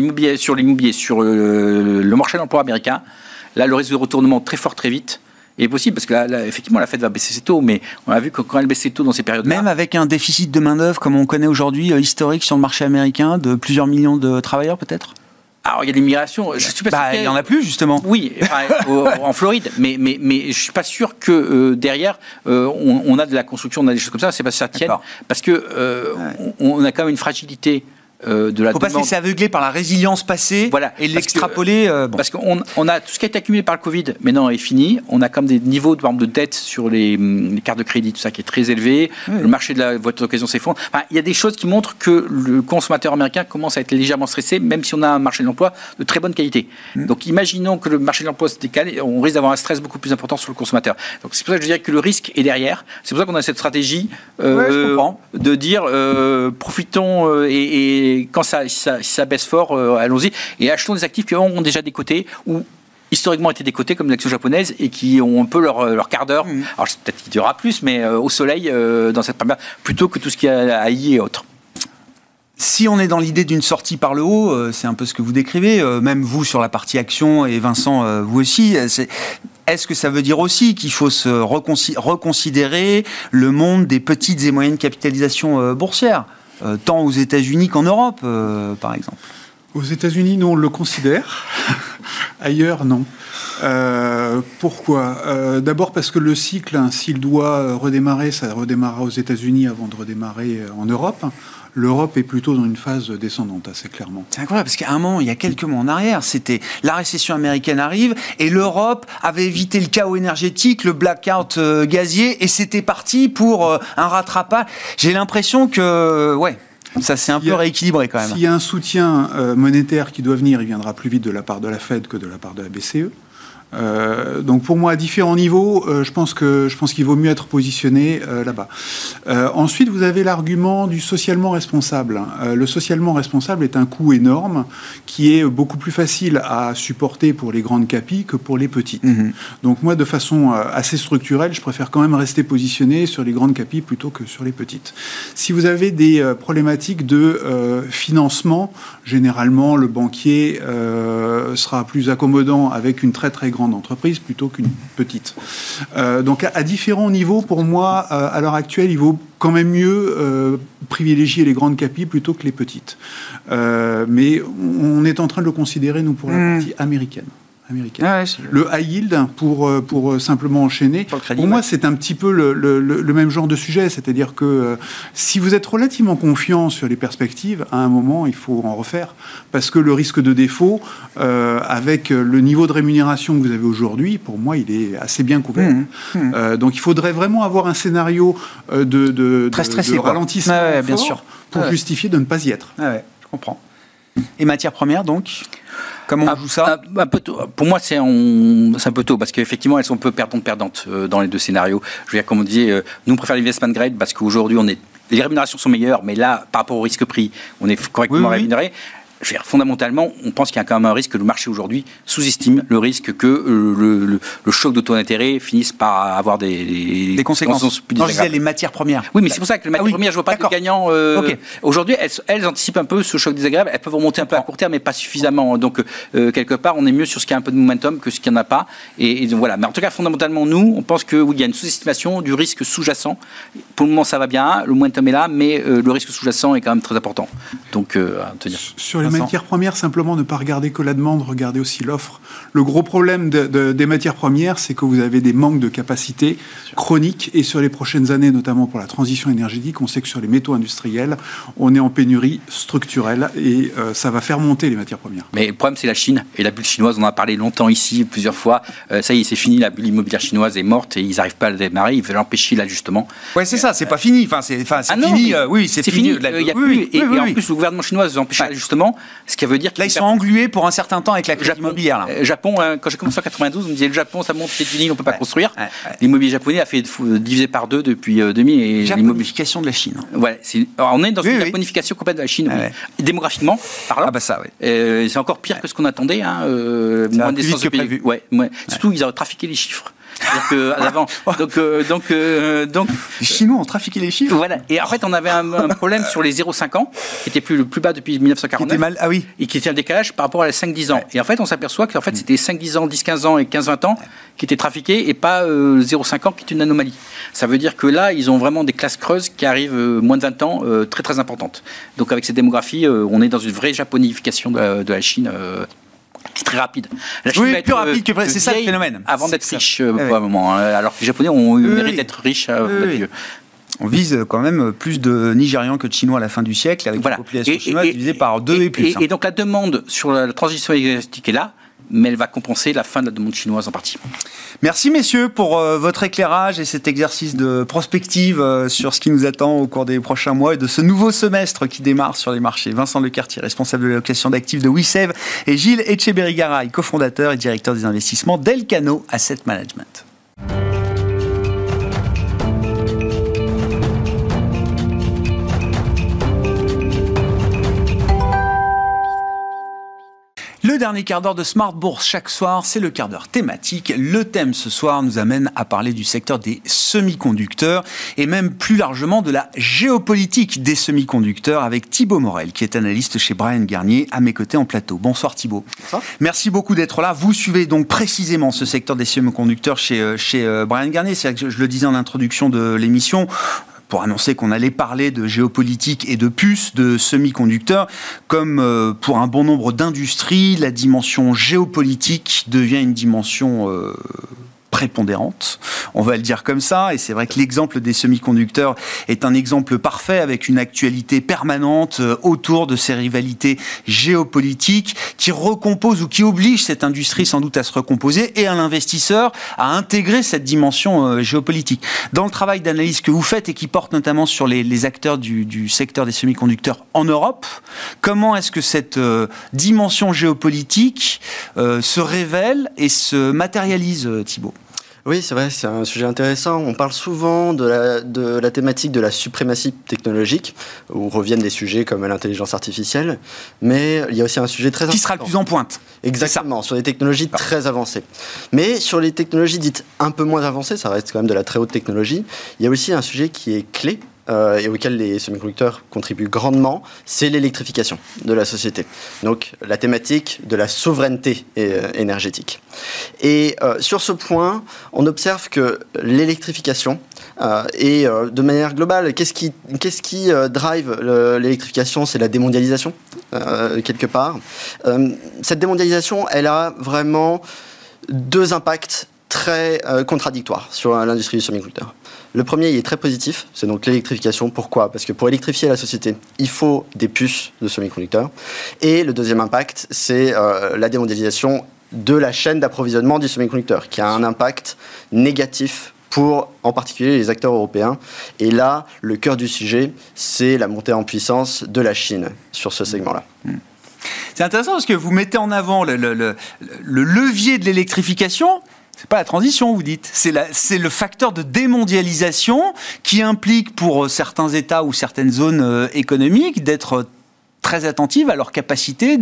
le marché de l'emploi américain, là, le risque de retournement très fort, très vite est possible, parce que là, effectivement, la Fed va baisser ses taux, mais on a vu que quand elle baisse ses taux dans ces périodes-là... Même avec un déficit de main-d'œuvre, comme on connaît aujourd'hui, historique sur le marché américain, de plusieurs millions de travailleurs, peut-être ? Alors, il y a des migrations. Je suis pas sûr il n'y en a plus, justement. Oui, en Floride. Mais je ne suis pas sûr que derrière, on a de la construction, on a des choses comme ça. C'est pas ça tienne. Parce que on a quand même une fragilité de la demande. Il ne faut pas se laisser aveugler par la résilience passée et l'extrapoler. Parce qu'on a tout ce qui a été accumulé par le Covid, maintenant est fini. On a comme des niveaux de dette sur les cartes de crédit, tout ça qui est très élevé. Le marché de la voiture d'occasion s'effondre. Enfin, il y a des choses qui montrent que le consommateur américain commence à être légèrement stressé, même si on a un marché de l'emploi de très bonne qualité. Donc imaginons que le marché de l'emploi se décale, on risque d'avoir un stress beaucoup plus important sur le consommateur. Donc c'est pour ça que je dirais que le risque est derrière. C'est pour ça qu'on a cette stratégie de dire profitons et quand ça baisse fort, allons-y et achetons des actifs qui ont déjà décoté ou historiquement été décotés comme l'action japonaise et qui ont un peu leur quart d'heure. Alors peut-être qu'il y aura plus, mais au soleil dans cette première, plutôt que tout ce qui est AI et autres. Si on est dans l'idée d'une sortie par le haut, c'est un peu ce que vous décrivez, même vous sur la partie action et Vincent, vous aussi, est-ce que ça veut dire aussi qu'il faut se reconsidérer le monde des petites et moyennes capitalisations boursières, tant aux États-Unis qu'en Europe, par exemple? Aux États-Unis, nous, on le considère. Ailleurs, non. Pourquoi ? D'abord parce que le cycle, s'il doit redémarrer, ça redémarrera aux États-Unis avant de redémarrer en Europe. L'Europe est plutôt dans une phase descendante, assez clairement. C'est incroyable, parce qu'à un moment, il y a quelques mois en arrière, c'était la récession américaine arrive, et l'Europe avait évité le chaos énergétique, le blackout gazier, et c'était parti pour un rattrapage. J'ai l'impression que, ça s'est un peu rééquilibré quand même. S'il y a un soutien monétaire qui doit venir, il viendra plus vite de la part de la Fed que de la part de la BCE. Donc pour moi, à différents niveaux, je pense qu'il vaut mieux être positionné là-bas. Ensuite, vous avez l'argument du socialement responsable. Le socialement responsable est un coût énorme qui est beaucoup plus facile à supporter pour les grandes capis que pour les petites. Donc moi, de façon assez structurelle, je préfère quand même rester positionné sur les grandes capis plutôt que sur les petites. Si vous avez des problématiques de financement, généralement, le banquier sera plus accommodant avec une très très grande entreprise plutôt qu'une petite. Donc à différents niveaux, pour moi, à l'heure actuelle, il vaut quand même mieux privilégier les grandes capis plutôt que les petites. Mais on est en train de le considérer, nous, pour la partie américaine. Le high yield, pour simplement enchaîner, pour moi, c'est un petit peu le même genre de sujet. C'est-à-dire que si vous êtes relativement confiant sur les perspectives, à un moment, il faut en refaire. Parce que le risque de défaut, avec le niveau de rémunération que vous avez aujourd'hui, pour moi, il est assez bien couvert. Donc, il faudrait vraiment avoir un scénario de ralentissement fort, bien sûr, pour justifier de ne pas y être. Je comprends. Et matières premières, donc comment on joue ça ? Un peu tôt. Pour moi, c'est un peu tôt, parce qu'effectivement, elles sont un peu perdantes dans les deux scénarios. Je veux dire, comme on disait, nous, on préfère l'investment grade, parce qu'aujourd'hui, les rémunérations sont meilleures, mais là, par rapport au risque-prix, on est correctement rémunéré. Je veux dire, fondamentalement, on pense qu'il y a quand même un risque que le marché aujourd'hui sous-estime le risque que le choc de taux d'intérêt finisse par avoir des conséquences plus désagréables. Je disais les matières premières. Oui, mais c'est pour ça que les matières premières, je ne vois pas de gagnant. Aujourd'hui, elles anticipent un peu ce choc désagréable. Elles peuvent remonter un peu à court terme, mais pas suffisamment. Donc, quelque part, on est mieux sur ce qui a un peu de momentum que ce qui n'en a pas. Et donc, voilà. Mais en tout cas, fondamentalement, nous, on pense qu'il y a une sous-estimation du risque sous-jacent. Pour le moment, ça va bien. Le momentum est là, mais le risque sous-jacent est quand même très important. Donc, à tenir. Sur les matières premières, simplement ne pas regarder que la demande, regarder aussi l'offre. Le gros problème des matières premières, c'est que vous avez des manques de capacité chroniques, et sur les prochaines années, notamment pour la transition énergétique, on sait que sur les métaux industriels, on est en pénurie structurelle, et ça va faire monter les matières premières. Mais le problème, c'est la Chine, et la bulle chinoise, on en a parlé longtemps ici, plusieurs fois. Ça y est, c'est fini, la bulle immobilière chinoise est morte, et ils n'arrent pas à la démarrer, ils veulent empêcher l'ajustement. Ouais, c'est ça, c'est pas fini. C'est fini. Oui, c'est fini. Il y a plus. Et en plus, le gouvernement chinois veut empêcher l'ajustement. ce qui veut dire là, ils sont englués pour un certain temps avec la crise immobilière. Là. Japon, quand j'ai commencé en 92, on me disait le Japon, ça monte les lignes, on ne peut pas construire. L'immobilier japonais a fait divisé par 2 depuis 2000. Japonification de la Chine. Ouais, alors on est dans une japonification complète de la Chine, démographiquement parlant. Ah bah ça, oui. C'est encore pire que ce qu'on attendait. Moins de naissances que prévu. Surtout, ils ont trafiqué les chiffres. Avant. Donc, les Chinois ont trafiqué les chiffres. Voilà. Et en fait, on avait un problème sur les 0,5 ans, qui était le plus bas depuis 1949. Et qui était un décalage par rapport à les 5-10 ans. Ouais. Et en fait, on s'aperçoit que c'était 5-10 ans, 10-15 ans et 15-20 ans qui étaient trafiqués et pas 0,5 ans qui est une anomalie. Ça veut dire que là, ils ont vraiment des classes creuses qui arrivent moins de 20 ans, très très importantes. Donc avec cette démographie, on est dans une vraie japonification de la Chine. Qui est très rapide. La Chine va être plus rapide que c'est ça le phénomène. Avant d'être riche, pour un moment. Alors que les Japonais ont eu le mérite d'être riches. On vise quand même plus de Nigérians que de Chinois à la fin du siècle, avec une population chinoise divisée par 2 et plus. Et donc la demande sur la transition énergétique est là, mais elle va compenser la fin de la demande chinoise en partie. Merci messieurs pour votre éclairage et cet exercice de prospective sur ce qui nous attend au cours des prochains mois et de ce nouveau semestre qui démarre sur les marchés. Vincent Lecartier, responsable de l'allocation d'actifs de WeSave, et Gilles Etcheberry-Garay, cofondateur et directeur des investissements d'Elcano Asset Management. Le dernier quart d'heure de Smart Bourse chaque soir, c'est le quart d'heure thématique. Le thème ce soir nous amène à parler du secteur des semi-conducteurs et même plus largement de la géopolitique des semi-conducteurs avec Thibaut Morel qui est analyste chez Bryan Garnier à mes côtés en plateau. Bonsoir Thibaut. Bonsoir. Merci beaucoup d'être là. Vous suivez donc précisément ce secteur des semi-conducteurs chez Bryan Garnier. C'est que je le disais en introduction de l'émission, pour annoncer qu'on allait parler de géopolitique et de puces, de semi-conducteurs. Comme pour un bon nombre d'industries, la dimension géopolitique devient une dimension prépondérante, on va le dire comme ça, et c'est vrai que l'exemple des semi-conducteurs est un exemple parfait avec une actualité permanente autour de ces rivalités géopolitiques qui recomposent ou qui obligent cette industrie sans doute à se recomposer et à l'investisseur à intégrer cette dimension géopolitique. Dans le travail d'analyse que vous faites et qui porte notamment sur les acteurs du secteur des semi-conducteurs en Europe, comment est-ce que cette dimension géopolitique se révèle et se matérialise, Thibaut ? Oui, c'est vrai, c'est un sujet intéressant. On parle souvent de la thématique de la suprématie technologique, où reviennent des sujets comme l'intelligence artificielle, mais il y a aussi un sujet très important. Qui sera le plus en pointe. Exactement, sur des technologies très avancées. Mais sur les technologies dites un peu moins avancées, ça reste quand même de la très haute technologie, il y a aussi un sujet qui est clé, et auquel les semi-conducteurs contribuent grandement, c'est l'électrification de la société. Donc la thématique de la souveraineté énergétique. Et sur ce point, on observe que l'électrification et de manière globale, qu'est-ce qui drive l'électrification ? C'est la démondialisation, quelque part. Cette démondialisation, elle a vraiment 2 impacts très contradictoires sur l'industrie du semi-conducteur. Le premier, il est très positif, c'est donc l'électrification. Pourquoi ? Parce que pour électrifier la société, il faut des puces de semi-conducteurs. Et le deuxième impact, c'est la démondialisation de la chaîne d'approvisionnement du semi-conducteur, qui a un impact négatif pour, en particulier, les acteurs européens. Et là, le cœur du sujet, c'est la montée en puissance de la Chine sur ce segment-là. C'est intéressant parce que vous mettez en avant le levier de l'électrification. C'est pas la transition, vous dites. C'est le facteur de démondialisation qui implique pour certains États ou certaines zones économiques d'être très attentives à leur capacité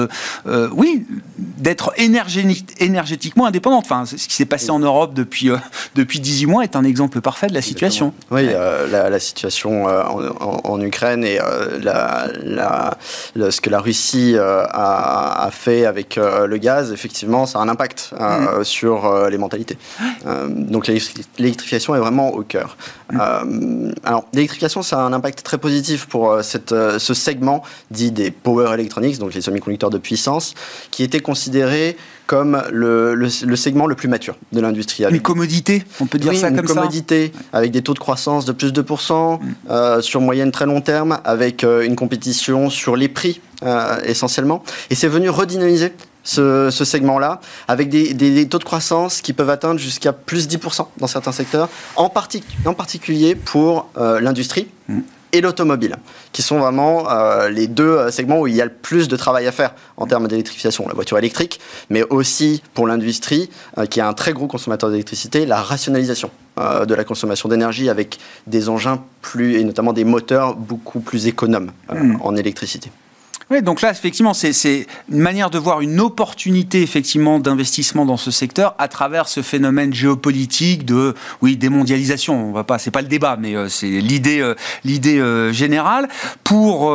d'être énergétiquement indépendantes. Enfin, ce qui s'est passé en Europe depuis 18 mois est un exemple parfait de la situation. Oui, la situation en Ukraine et ce que la Russie a fait avec le gaz, effectivement, ça a un impact sur les mentalités. Donc l'électrification est vraiment au cœur. Alors, l'électrification, ça a un impact très positif pour ce segment dit des power electronics, donc les semi-conducteurs de puissance, qui étaient considérés comme le segment le plus mature de l'industrie. Une commodité, on peut dire ça comme ça ? Une commodité, avec des taux de croissance de plus de 2%, sur moyenne très long terme, avec une compétition sur les prix, essentiellement. Et c'est venu redynamiser ce segment-là, avec des taux de croissance qui peuvent atteindre jusqu'à plus 10% dans certains secteurs, en particulier pour l'industrie, et l'automobile, qui sont vraiment les deux segments où il y a le plus de travail à faire en termes d'électrification. La voiture électrique, mais aussi pour l'industrie, qui est un très gros consommateur d'électricité, la rationalisation de la consommation d'énergie avec des engins et notamment des moteurs beaucoup plus économes en électricité. Oui, donc là, effectivement, c'est une manière de voir une opportunité, effectivement, d'investissement dans ce secteur à travers ce phénomène géopolitique de, démondialisation. On va pas, c'est pas le débat, mais c'est l'idée générale pour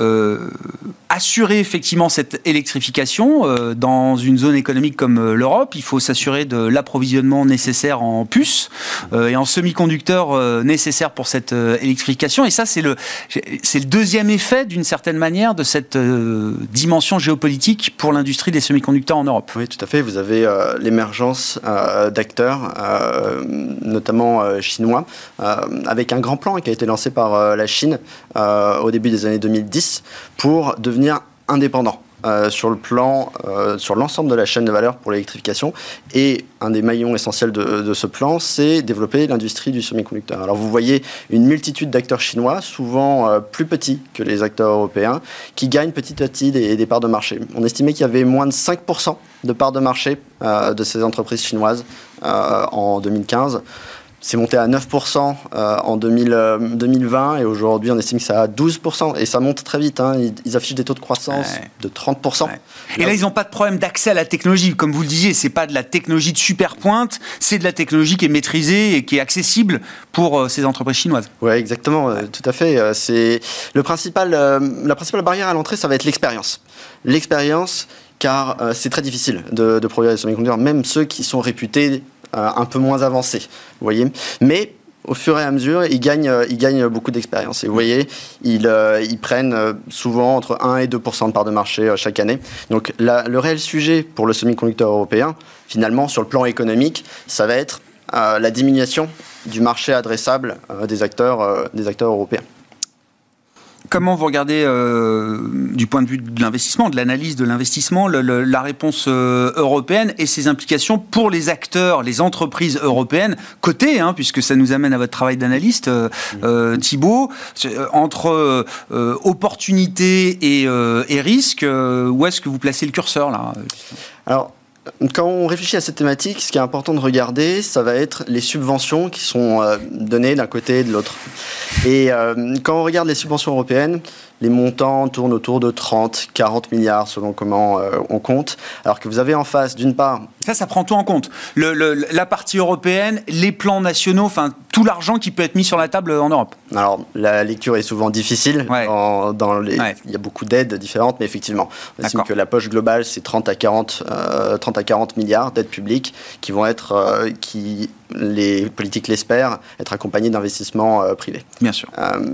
assurer effectivement cette électrification dans une zone économique comme l'Europe. Il faut s'assurer de l'approvisionnement nécessaire en puces et en semi-conducteurs nécessaires pour cette électrification. Et ça, c'est le deuxième effet, d'une certaine manière, de cette dimension géopolitique pour l'industrie des semi-conducteurs en Europe. Oui, tout à fait. Vous avez l'émergence d'acteurs, notamment chinois, avec un grand plan qui a été lancé par la Chine au début des années 2010 pour devenir indépendant. Sur l'ensemble de la chaîne de valeur pour l'électrification. Et un des maillons essentiels de ce plan, c'est développer l'industrie du semi-conducteur. Alors vous voyez une multitude d'acteurs chinois, souvent plus petits que les acteurs européens, qui gagnent petit à petit des parts de marché. On estimait qu'il y avait moins de 5% de parts de marché de ces entreprises chinoises en 2015. C'est monté à 9% en 2020 et aujourd'hui on estime que c'est à 12% et ça monte très vite. Ils affichent des taux de croissance de 30%. Ouais. Et là ils n'ont pas de problème d'accès à la technologie. Comme vous le disiez, c'est pas de la technologie de super pointe, c'est de la technologie qui est maîtrisée et qui est accessible pour ces entreprises chinoises. Oui, exactement, tout à fait. C'est la principale barrière à l'entrée, ça va être l'expérience. L'expérience, car c'est très difficile de produire des semi-conducteurs, même ceux qui sont réputés un peu moins avancés, vous voyez. Mais au fur et à mesure, ils gagnent beaucoup d'expérience. Et vous voyez, ils prennent souvent entre 1 et 2% de part de marché chaque année. Donc le réel sujet pour le semi-conducteur européen, finalement, sur le plan économique, ça va être la diminution du marché adressable des acteurs européens. Comment vous regardez, du point de vue de l'investissement, de l'analyse de l'investissement, la réponse européenne et ses implications pour les acteurs, les entreprises européennes, cotées, puisque ça nous amène à votre travail d'analyste, Thibault, entre opportunités et risques, où est-ce que vous placez le curseur là ? Alors, quand on réfléchit à cette thématique, ce qui est important de regarder, ça va être les subventions qui sont données d'un côté et de l'autre. Et quand on regarde les subventions européennes, les montants tournent autour de 30-40 milliards selon comment on compte. Alors que vous avez en face, d'une part... Ça prend tout en compte. La partie européenne, les plans nationaux, enfin tout l'argent qui peut être mis sur la table en Europe. Alors, la lecture est souvent difficile. Ouais. Il y a beaucoup d'aides différentes, mais effectivement, on estime que la poche globale, c'est 30 à 40 milliards d'aides publiques qui vont être, qui les politiques l'espèrent, être accompagnées d'investissements privés. Bien sûr.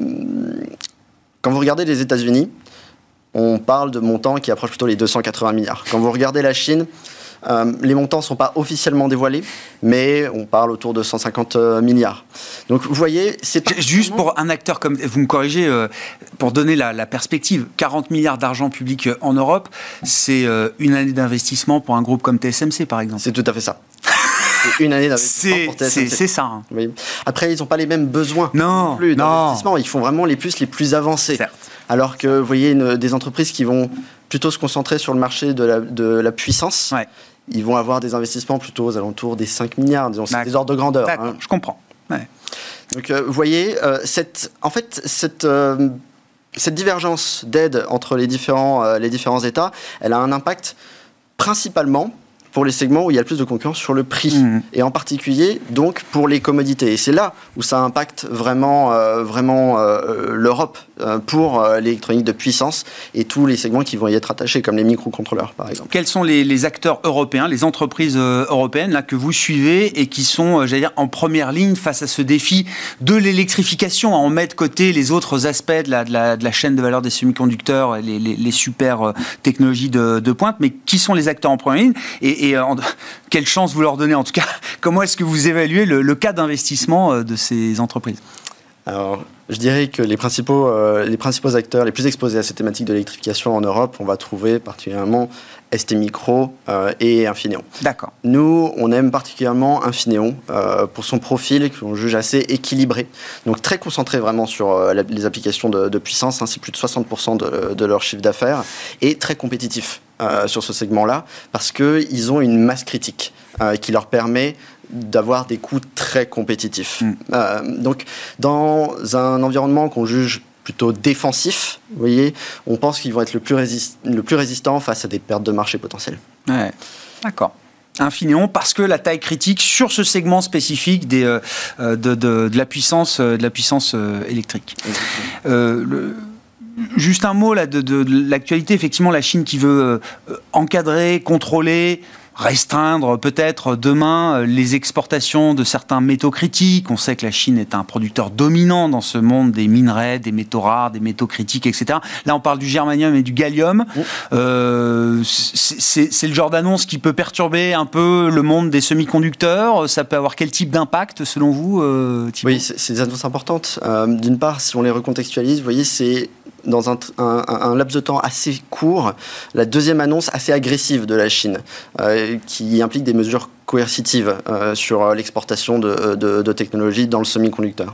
Quand vous regardez les États-Unis, on parle de montants qui approchent plutôt les 280 milliards. Quand vous regardez la Chine, les montants ne sont pas officiellement dévoilés, mais on parle autour de 150 milliards. Donc vous voyez, c'est... Juste pour un acteur comme... Vous me corrigez, pour donner la perspective, 40 milliards d'argent public en Europe, c'est une année d'investissement pour un groupe comme TSMC, par exemple. C'est tout à fait ça. C'est une année d'investissement pour TSMC. C'est ça. Oui. Après, ils n'ont pas les mêmes besoins non plus d'investissement. Ils font vraiment les puces les plus avancées. Certes. Alors que vous voyez des entreprises qui vont plutôt se concentrer sur le marché de la puissance. Ouais. Ils vont avoir des investissements plutôt aux alentours des 5 milliards. Disons, c'est des ordres de grandeur. D'accord, je comprends. Ouais. Donc, vous voyez, cette divergence d'aide entre les différents États, elle a un impact principalement pour les segments où il y a le plus de concurrence sur le prix, et en particulier donc pour les commodités. Et c'est là où ça impacte vraiment l'Europe pour l'électronique de puissance et tous les segments qui vont y être attachés, comme les microcontrôleurs par exemple. Quels sont les acteurs européens, les entreprises européennes là, que vous suivez et qui sont, en première ligne face à ce défi de l'électrification, à en mettre de côté les autres aspects de la chaîne de valeur des semi-conducteurs, les super technologies de pointe, mais qui sont les acteurs en première ligne et quelle chance vous leur donnez en tout cas. Comment est-ce que vous évaluez le cas d'investissement de ces entreprises ? Alors, Je dirais que les principaux acteurs les plus exposés à cette thématique de l'électrification en Europe, on va trouver particulièrement STMicro et Infineon. D'accord. Nous, on aime particulièrement Infineon pour son profil qu'on juge assez équilibré. Donc très concentré vraiment sur les applications de puissance, c'est plus de 60% de leur chiffre d'affaires, et très compétitif sur ce segment-là, parce qu'ils ont une masse critique qui leur permet d'avoir des coûts très compétitifs. Donc dans un environnement qu'on juge plutôt défensif, vous voyez, on pense qu'ils vont être le plus résistants face à des pertes de marché potentielles. Ouais. D'accord. Infineon, parce que la taille critique sur ce segment spécifique de la puissance électrique. Juste un mot là, de l'actualité, effectivement, la Chine qui veut encadrer, contrôler, restreindre peut-être demain les exportations de certains métaux critiques. On sait que la Chine est un producteur dominant dans ce monde des minerais, des métaux rares, des métaux critiques, etc. Là, on parle du germanium et du gallium. C'est le genre d'annonce qui peut perturber un peu le monde des semi-conducteurs. Ça peut avoir quel type d'impact, selon vous, Thibaut ? Oui, c'est des annonces importantes. D'une part, si on les recontextualise, vous voyez, c'est dans un laps de temps assez court, la deuxième annonce assez agressive de la Chine, qui implique des mesures coercitives sur l'exportation de technologies dans le semi-conducteur.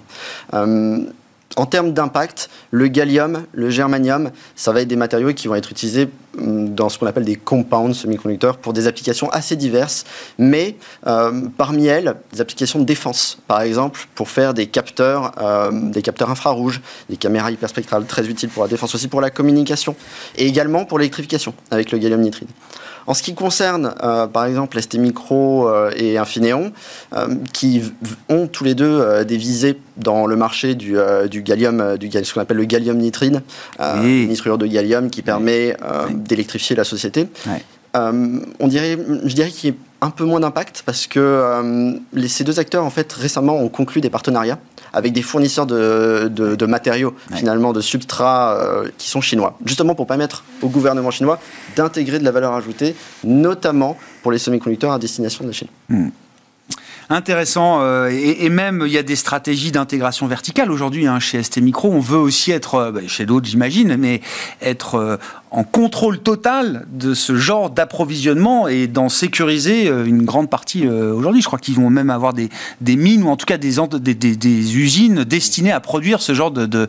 En termes d'impact, le gallium, le germanium, ça va être des matériaux qui vont être utilisés dans ce qu'on appelle des compounds semi-conducteurs pour des applications assez diverses, mais parmi elles, des applications de défense. Par exemple, pour faire des capteurs infrarouges, des caméras hyperspectrales très utiles pour la défense, aussi pour la communication, et également pour l'électrification avec le gallium nitride. En ce qui concerne, par exemple, STMicro et Infineon, qui ont tous les deux des visées dans le marché du gallium, ce qu'on appelle le gallium nitride, nitrure de gallium qui permet d'électrifier la société. Ouais. Je dirais qu'il y a un peu moins d'impact parce que ces deux acteurs, en fait, récemment ont conclu des partenariats avec des fournisseurs de matériaux, finalement, de substrats qui sont chinois, justement pour permettre au gouvernement chinois d'intégrer de la valeur ajoutée, notamment pour les semi-conducteurs à destination de la Chine. Intéressant, et même il y a des stratégies d'intégration verticale aujourd'hui chez STMicro. On veut aussi être, chez d'autres j'imagine, mais être en contrôle total de ce genre d'approvisionnement et d'en sécuriser une grande partie aujourd'hui. Je crois qu'ils vont même avoir des mines ou en tout cas des usines destinées à produire ce genre de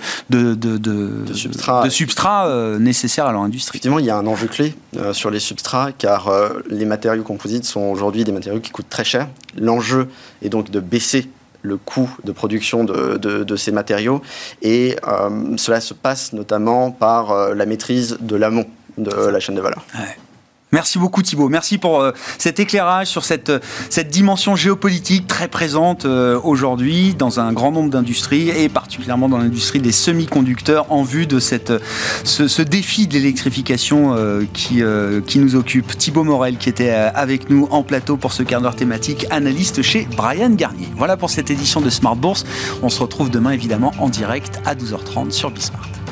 substrats nécessaires à leur industrie. Effectivement, il y a un enjeu clé sur les substrats car les matériaux composites sont aujourd'hui des matériaux qui coûtent très cher. L'enjeu est donc de baisser le coût de production de ces matériaux et cela se passe notamment par la maîtrise de l'amont de la chaîne de valeur. Ouais. Merci beaucoup Thibaut, merci pour cet éclairage sur cette dimension géopolitique très présente aujourd'hui dans un grand nombre d'industries et particulièrement dans l'industrie des semi-conducteurs en vue de ce défi de l'électrification qui nous occupe. Thibaut Morel qui était avec nous en plateau pour ce quart d'heure thématique, analyste chez Bryan Garnier. Voilà pour cette édition de Smart Bourse, on se retrouve demain évidemment en direct à 12h30 sur Bismart.